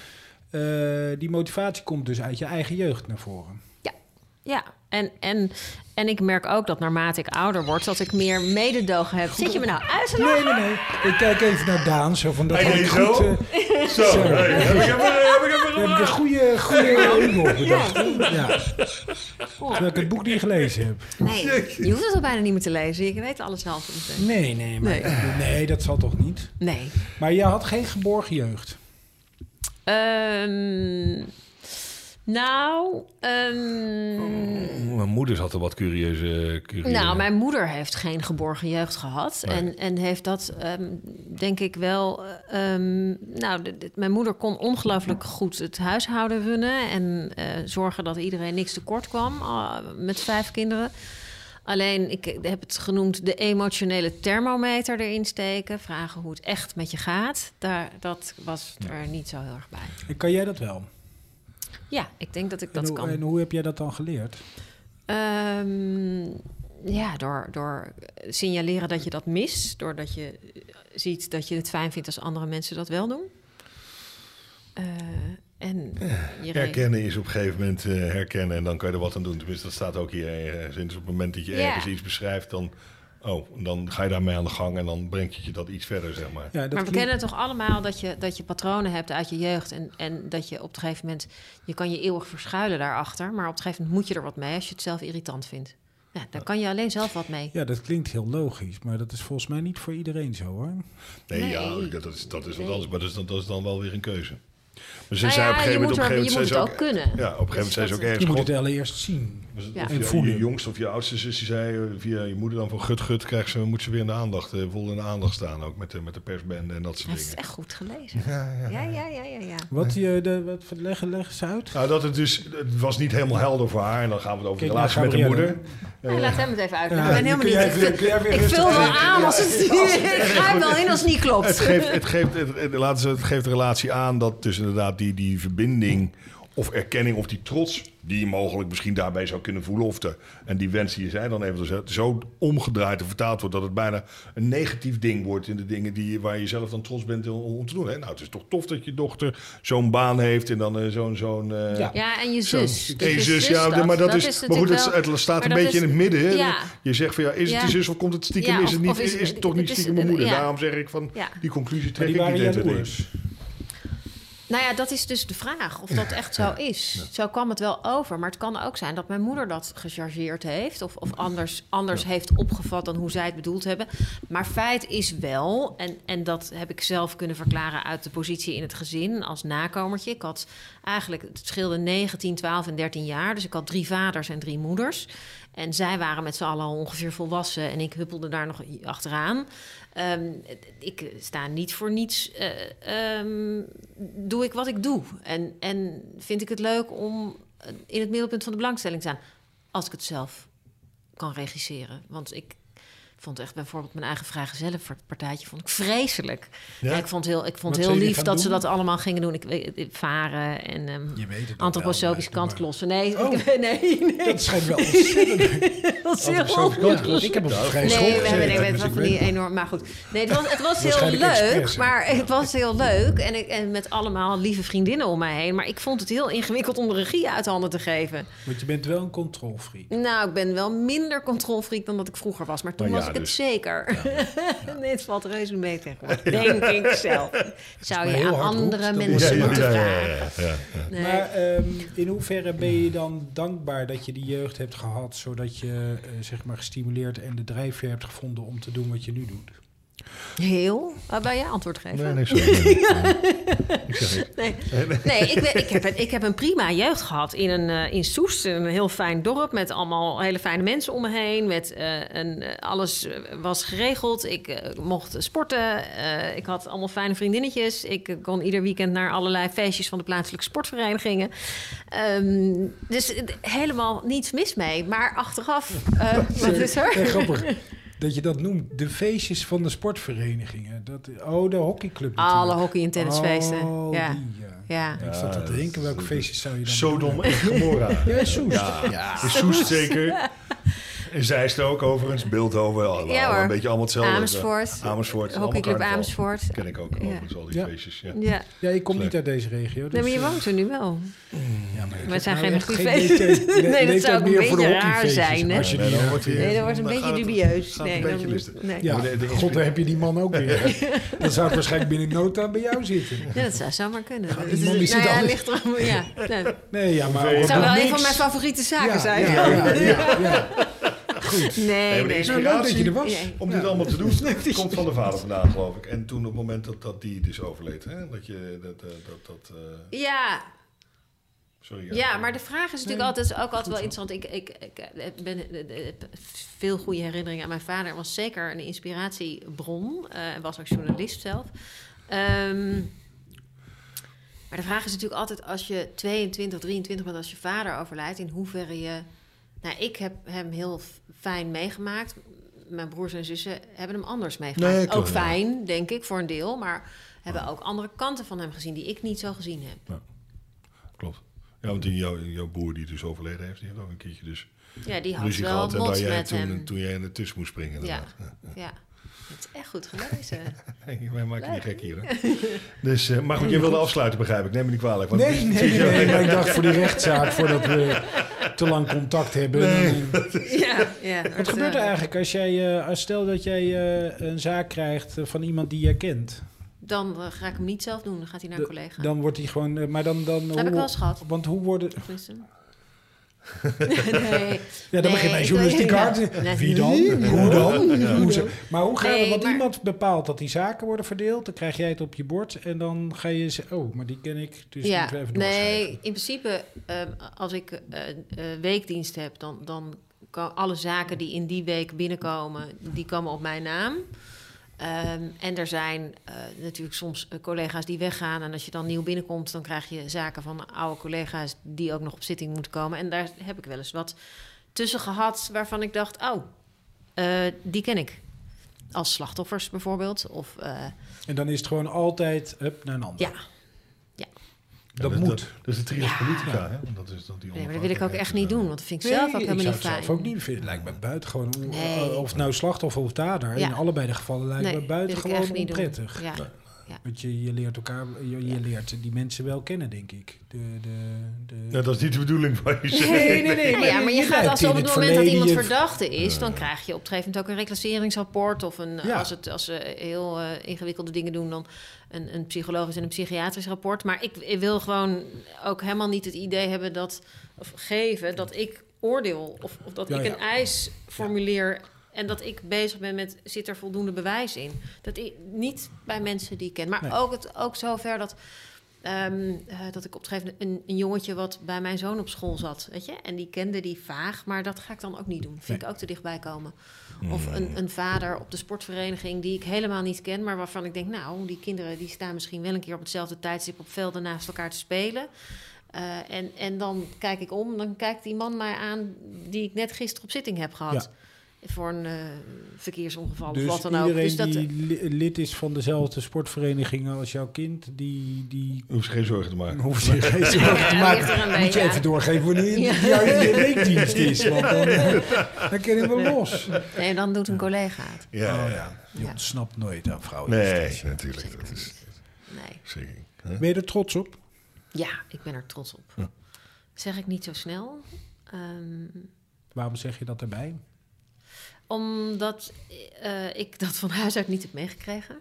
Uh, die motivatie komt dus uit je eigen jeugd naar voren. Ja, ja. En, en, en ik merk ook dat naarmate ik ouder word... dat ik meer mededogen heb. Zit je me nou uit te lachen? Nee, nee, nee. Ik kijk even naar Daan. Zo van dat hey, nee, goed... Zo? Uh, zo, zo. Hey, heb ik heb ik een goede, goede humor bedacht. Ja. Ja. Terwijl ik het boek niet gelezen heb. Nee, je hoeft het al bijna niet meer te lezen. Je weet alles wel. Nee, nee, maar, nee. nee, dat zal toch niet? Nee. Maar je had geen geborgen jeugd? Um, Nou, um, Mijn moeder had er wat curieuze... curieuze... Nou, mijn moeder heeft geen geborgen jeugd gehad. Nee. En, en heeft dat, um, denk ik wel... Um, nou, de, de, mijn moeder kon ongelooflijk goed het huishouden runnen... en uh, zorgen dat iedereen niks tekort kwam uh, met vijf kinderen. Alleen, ik heb het genoemd de emotionele thermometer erin steken. Vragen hoe het echt met je gaat. Daar, dat was er niet zo heel erg bij. En kan jij dat wel? Ja, ik denk dat ik dat en hoe, kan. En hoe heb jij dat dan geleerd? Um, ja, door, door signaleren dat je dat mist. Doordat je ziet dat je het fijn vindt als andere mensen dat wel doen. Uh, en je herkennen is op een gegeven moment uh, herkennen en dan kan je er wat aan doen. Tenminste, dat staat ook hier ergens in. Dus op het moment dat je ja. ergens iets beschrijft, dan, oh, dan ga je daarmee aan de gang en dan brengt je dat iets verder, zeg maar. Ja, dat maar we klinkt... kennen toch allemaal dat je, dat je patronen hebt uit je jeugd en, en dat je op een gegeven moment, je kan je eeuwig verschuilen daarachter, maar op een gegeven moment moet je er wat mee als je het zelf irritant vindt. Ja, daar kan je alleen zelf wat mee. Ja, dat klinkt heel logisch, maar dat is volgens mij niet voor iedereen zo, hoor. Nee, nee. ja, dat is, dat is wat anders, maar dat is, dat is dan wel weer een keuze. Maar ze Nou zei ja, op een gegeven je moment... moet, op een er, gegeven je moment moet het zei ook ze kunnen. Ja, op een gegeven moment zei ze ook ergens... Je moet het God, allereerst zien. Ja. Of En je, voelen. je jongste of je oudste zus, die zei uh, via je moeder dan van gut gut krijgt ze, moet ze weer in de aandacht, uh, vol in de aandacht staan ook met de, met de persbende en dat soort Dat is dingen. echt goed gelezen. Ja, ja, Ja, ja, ja, ja. ja. Wat, je, de, wat leggen, leggen ze uit? Nou, dat het dus, het was niet helemaal helder voor haar en dan gaan we het over Kijk de naar relatie met de Gabrielle. moeder. Ja, laat hem het even uitleggen. Ja, ik ben helemaal kun jij niet... even- kun jij weer ik rustig vul wel even- aan als het... ik grijp wel in als het niet klopt. Het geeft, het, geeft, het, het, laten ze- het geeft de relatie aan dat dus inderdaad die, die verbinding of erkenning of die trots die je mogelijk misschien daarbij zou kunnen voelen of de, en die wens die je zei dan even zo, zo omgedraaid en vertaald wordt dat het bijna een negatief ding wordt in de dingen die, waar je zelf dan trots bent om, om te doen. Hè? Nou, het is toch tof dat je dochter zo'n baan heeft en dan uh, zo'n... zo'n uh, Ja. Ja, en je Zo'n- zus. en je Je zus, ja, dat, maar dat, is, is maar goed, natuurlijk het, wel- het staat maar een dat beetje is- in het midden. Hè? Ja. Je zegt van ja, is het Ja. de zus of komt het stiekem? Ja, is, het of- niet, of is is, het- is het toch niet het is- stiekem mijn moeder? ja. Daarom zeg ik van Ja. die conclusie Maar trek die ik waren niet eens. jaloers. Nou ja, dat is dus de vraag of dat echt zo is. Zo kwam het wel over. Maar het kan ook zijn dat mijn moeder dat gechargeerd heeft. Of, of anders, anders heeft opgevat dan hoe zij het bedoeld hebben. Maar feit is wel, en, en dat heb ik zelf kunnen verklaren uit de positie in het gezin als nakomertje. Ik had eigenlijk, het scheelde negentien, twaalf en dertien jaar. Dus ik had drie vaders en drie moeders. En zij waren met z'n allen al ongeveer volwassen. En ik huppelde daar nog achteraan. Um, ik sta niet voor niets. Uh, um, doe ik wat ik doe. En, en vind ik het leuk om in het middelpunt van de belangstelling te staan. Als ik het zelf kan regisseren. Want ik vond echt bijvoorbeeld mijn eigen vrijgezellenpartijtje vond ik vreselijk. Ja? Ja, ik vond heel, ik vond Wat heel zou je lief gaan dat doen? ze dat allemaal gingen doen. Ik, ik, ik varen en um, Je weet het ook antroposofisch wel, maar- kantklossen. Nee, Oh. ik, nee, nee. Dat schijnt wel ontzettend. Dat is heel Ja, ik heb op een vrij school Nee, we hebben gezeten, nee, dus het ik was weet- niet enorm. Maar goed, nee, het was, het was heel Waarschijnlijk leuk. expres, hè? Maar het was heel leuk. En, ik, en met allemaal lieve vriendinnen om mij heen. Maar ik vond het heel ingewikkeld om de regie uit handen te geven. Want je bent wel een controlfreak. Nou, ik ben wel minder controlfreak dan dat ik vroeger was. Maar toen Maar ja, was ik het dus- zeker. Nee, het valt reuze mee tegenwoordig. Denk ik zelf. Zou maar je heel aan hard andere roept, dan mensen wordt het- moeten ja, ja, vragen. ja, ja, ja. Nee. Maar ehm, in hoeverre ben je dan dankbaar dat je die jeugd hebt gehad, zodat je eh, zeg maar gestimuleerd en de drijfveer hebt gevonden om te doen wat je nu doet? Heel? Waar wil jij antwoord geven? Nee, nee, sorry. Nee, nee. Ik zeg niks. Nee, nee ik, ben, ik, heb een, ik heb een prima jeugd gehad in, een, uh, in Soest. Een heel fijn dorp met allemaal hele fijne mensen om me heen. Met, uh, een, uh, alles was geregeld. Ik uh, mocht sporten. Uh, ik had allemaal fijne vriendinnetjes. Ik uh, kon ieder weekend naar allerlei feestjes van de plaatselijke sportverenigingen. Um, dus uh, helemaal niets mis mee. Maar achteraf, uh, wat is er? Nee, grappig dat je dat noemt. De feestjes van de sportverenigingen. Dat, oh, de hockeyclub natuurlijk. Alle hockey- en tennisfeesten. Oh, ja. die, ja. Ja. Ik zat te denken, welke feestjes zou je dan Sodom en Gomorra. Ja, Soest. Ja, ja. In Soest zeker. In Zeist ook overigens. Beeldhoven. Allemaal, Ja, hoor. een beetje allemaal hetzelfde. Amersfoort. Amersfoort. Hockeyclub allemaal carnaval. Amersfoort. Ken ik ook Ja. overigens, al die Ja. feestjes. Ja. Ja. Ja, ik kom Leuk. niet uit deze regio. Dus, Nee, maar je eh, woont er nu wel. ja, maar ik Maar het heb zijn nou geen echt goede geen feesten. leeftijd- Nee, dat leeftijd zou ook een meer voor de beetje raar hockeyfeestjes, zijn, hè? als je Nee, die, dan eh, wordt hij- Nee, dat wordt een dan beetje gaat het- dubieus. gaat Nee, een beetje dan- listen. nee. Ja, Maar de- de god, inspe- daar heb je die man ook weer. Dan zou ik waarschijnlijk binnen no time bij jou zitten. Ja, dat zou zomaar kunnen. die Dat man is- die zit nou ja, altijd- ligt er, ja. Nee. Nee, ja, maar... Het zou wel niks. een van mijn favoriete zaken Ja, zijn. Ja, ja, ja, ja. Nee, Nee, nee, maar de nee. Nou, leuk dat je er was. Nee. Om dit allemaal te doen, komt van de vader vandaan, geloof ik. En toen op het moment dat, dat die dus overleed, hè? Dat je dat... dat, dat, dat uh... Ja, Sorry. Ja, ja, maar de vraag is natuurlijk Nee, altijd, ook altijd goed wel zo. interessant. Ik, ik, ik ben, heb veel goede herinneringen aan mijn vader. Hij was zeker een inspiratiebron. Hij uh, was ook journalist zelf. Um, maar de vraag is natuurlijk altijd, als je tweeëntwintig, drieëntwintig bent, als je vader overlijdt, in hoeverre je... Nou, ik heb hem heel fijn meegemaakt. Mijn broers en zussen hebben hem anders meegemaakt. Nee, ook ja. fijn, denk ik, voor een deel. Maar hebben ook andere kanten van hem gezien die ik niet zo gezien heb. Ja, klopt. Ja, want die, jouw, jouw broer die dus overleden heeft, die heeft ook een keertje dus Ja, die had ruzie wel gehad. En mot waar jij met toen, hem. toen jij ertussen moest springen. Ja, inderdaad. Ja. ja. Het is echt goed gelezen. Hey, wij maken je Leuk. gek hier. Hè? Dus, uh, maar goed, je wilde afsluiten, begrijp ik. Neem me niet kwalijk. Want Nee, nee, nee, nee, maar ik dacht voor die rechtszaak, voordat we te lang contact hebben. Nee. ja, ja. Wat gebeurt er eigenlijk als jij, uh, als stel dat jij uh, een zaak krijgt uh, van iemand die jij kent? Dan uh, ga ik hem niet zelf doen, dan gaat hij naar een De, collega. Dan wordt hij gewoon, uh, maar dan... dan dat heb ik wel eens gehad. Want hoe worden... Tenminste. nee. Ja, dan nee, begint mijn ik- journalistiek ja. hard. Nee. Wie dan? Hoe dan? Ja. Hoe ze- Maar hoe gaat Nee, het? Want maar- iemand bepaalt dat die zaken worden verdeeld. Dan krijg jij het op je bord. En dan ga je zeggen, oh, maar die ken ik. Dus die Ja, moeten we even nee, doorschrijven. in principe, um, als ik uh, uh, weekdienst heb, dan, dan kan alle zaken die in die week binnenkomen, die komen op mijn naam. Um, en er zijn uh, natuurlijk soms uh, collega's die weggaan. En als je dan nieuw binnenkomt, dan krijg je zaken van oude collega's die ook nog op zitting moeten komen. En daar heb ik wel eens wat tussen gehad waarvan ik dacht, oh, uh, die ken ik. Als slachtoffers bijvoorbeeld. Of, uh, En dan is het gewoon altijd up naar een ander. ja, Ja, Dat dat, moet. Dat, dat is de trias Ja. politica, hè? Want dat is dat die nee, maar dat wil ik ook echt niet doen. Want dat vind ik Nee, zelf ook helemaal ik zou niet het fijn. zelf ook niet vinden. Lijkt me buitengewoon... hoe- Nee. Of het nou slachtoffer of dader. Ja. In allebei de gevallen lijkt Nee, me wil ik buitengewoon echt niet doen. onprettig. Ja. Nee. Want je, je leert elkaar... Je, je Ja. leert die mensen wel kennen, denk ik. De, de, de... Ja, dat is niet de bedoeling van je zegt. Nee, nee, nee. Nou ja, maar je gaat hebt als in op het moment dat verleden iemand je- verdachte is, dan krijg je op een gegeven moment ook een reclasseringsrapport. Of een, Ja. als, het, als ze heel uh, ingewikkelde dingen doen, dan een, een psychologisch en een psychiatrisch rapport. Maar ik, ik wil gewoon ook helemaal niet het idee hebben dat, of geven dat ik oordeel. Of, of dat Ja, ik ja. een eis formuleer. En dat ik bezig ben met, zit er voldoende bewijs in? Dat ik, niet bij mensen die ik ken. Maar Nee. ook, het, ook zover dat... Um, uh, dat ik op een gegeven moment een, een jongetje wat bij mijn zoon op school zat, weet je, en die kende die vaag, maar dat ga ik dan ook niet doen. Vind Nee. ik ook te dichtbij komen. Of een, een vader op de sportvereniging die ik helemaal niet ken, maar waarvan ik denk, nou, die kinderen die staan misschien wel een keer op hetzelfde tijdstip op velden naast elkaar te spelen. Uh, en, en dan kijk ik om, dan kijkt die man mij aan die ik net gisteren op zitting heb gehad. Ja. Voor een uh, verkeersongeval Dus of wat dan ook. iedereen Dus dat, die li- lid is van dezelfde sportvereniging als jouw kind, die, die Hoef je geen zorgen te maken. hoeft zich geen zorgen te Ja, ligt er maken. een Moet je beetje even aan. doorgeven wanneer Ja. jouw je weekdienst is. Want dan, eh, dan ken je wel los. nee, dan doet een collega het. Ja, Oh ja. ja, je Ja. ontsnapt nooit aan vrouwen. Nee, natuurlijk. Dat is Nee. zeker. Hè? Ben je er trots op? Ja, ik ben er trots op. Ja. Zeg ik niet zo snel. Um, Waarom zeg je dat erbij? omdat uh, ik dat van huis uit niet heb meegekregen.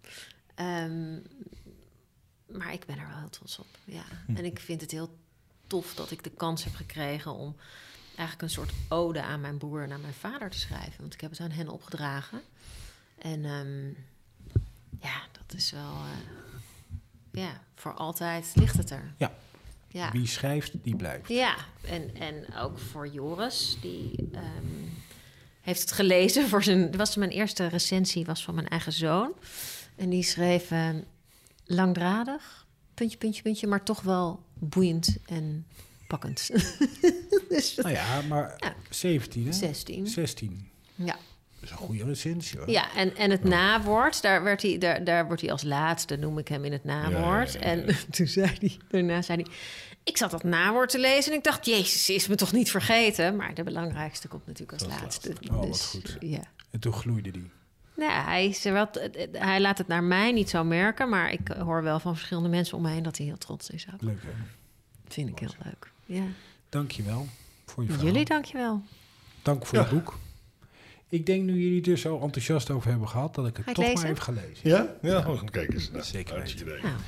Um, maar ik ben er wel heel trots op. Ja. Hm. En ik vind het heel tof dat ik de kans heb gekregen om eigenlijk een soort ode aan mijn broer en aan mijn vader te schrijven. Want ik heb het aan hen opgedragen. En um, ja, dat is wel... Uh, ja, voor altijd ligt het er. Ja. Ja. Wie schrijft, die blijft. Ja, en, en ook voor Joris, die um, heeft het gelezen. Voor zijn, dat was mijn eerste recensie, was van mijn eigen zoon. En die schreef uh, langdradig, puntje, puntje, puntje, maar toch wel boeiend en pakkend. dus, Nou ja, maar Ja. zeventien, hè? zestien. zestien. Ja, Dat is een goede recensie, hoor. ja en, en het nawoord, daar, werd hij, daar, daar wordt hij als laatste, noem ik hem in het nawoord. Ja, ja, ja, ja. En toen zei hij, daarna zei hij... Ik zat dat nawoord te lezen en ik dacht... Jezus, ze is me toch niet vergeten? Maar de belangrijkste komt natuurlijk als Dat is laatste. laatste. Oh, wat Dus, goed. Ja. En toen gloeide die. Nou, ja, hij, is er wel, hij laat het naar mij niet zo merken... maar ik hoor wel van verschillende mensen om me heen... dat hij heel trots is ook. Leuk, hè? Dat vind ik heel leuk. Ja. Dank je wel voor je verhaal. Jullie, dankjewel. Dank voor Ja. het boek. Ik denk nu jullie er zo enthousiast over hebben gehad... dat ik het Ga ik toch lezen? maar even ga lezen. Ja? Ja, oh, kijk eens. Nou, Zeker hartstikke idee. Nou,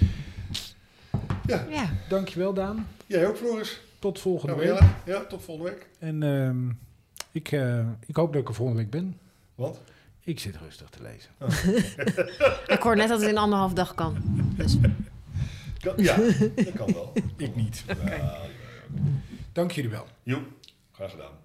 Ja, ja. Dank je wel, Daan. jij ook, Floris. Tot volgende week. Gabriella? Ja, tot volgende week. En ehm, ik, uh, ik hoop dat ik er volgende week ben. Wat? Ik zit rustig te lezen. Ik hoor net dat het in anderhalf dag kan. Dus Kan- Ja, dat kan wel. Ik niet. Ja, ja, ja. Dank jullie wel. Joep, graag gedaan.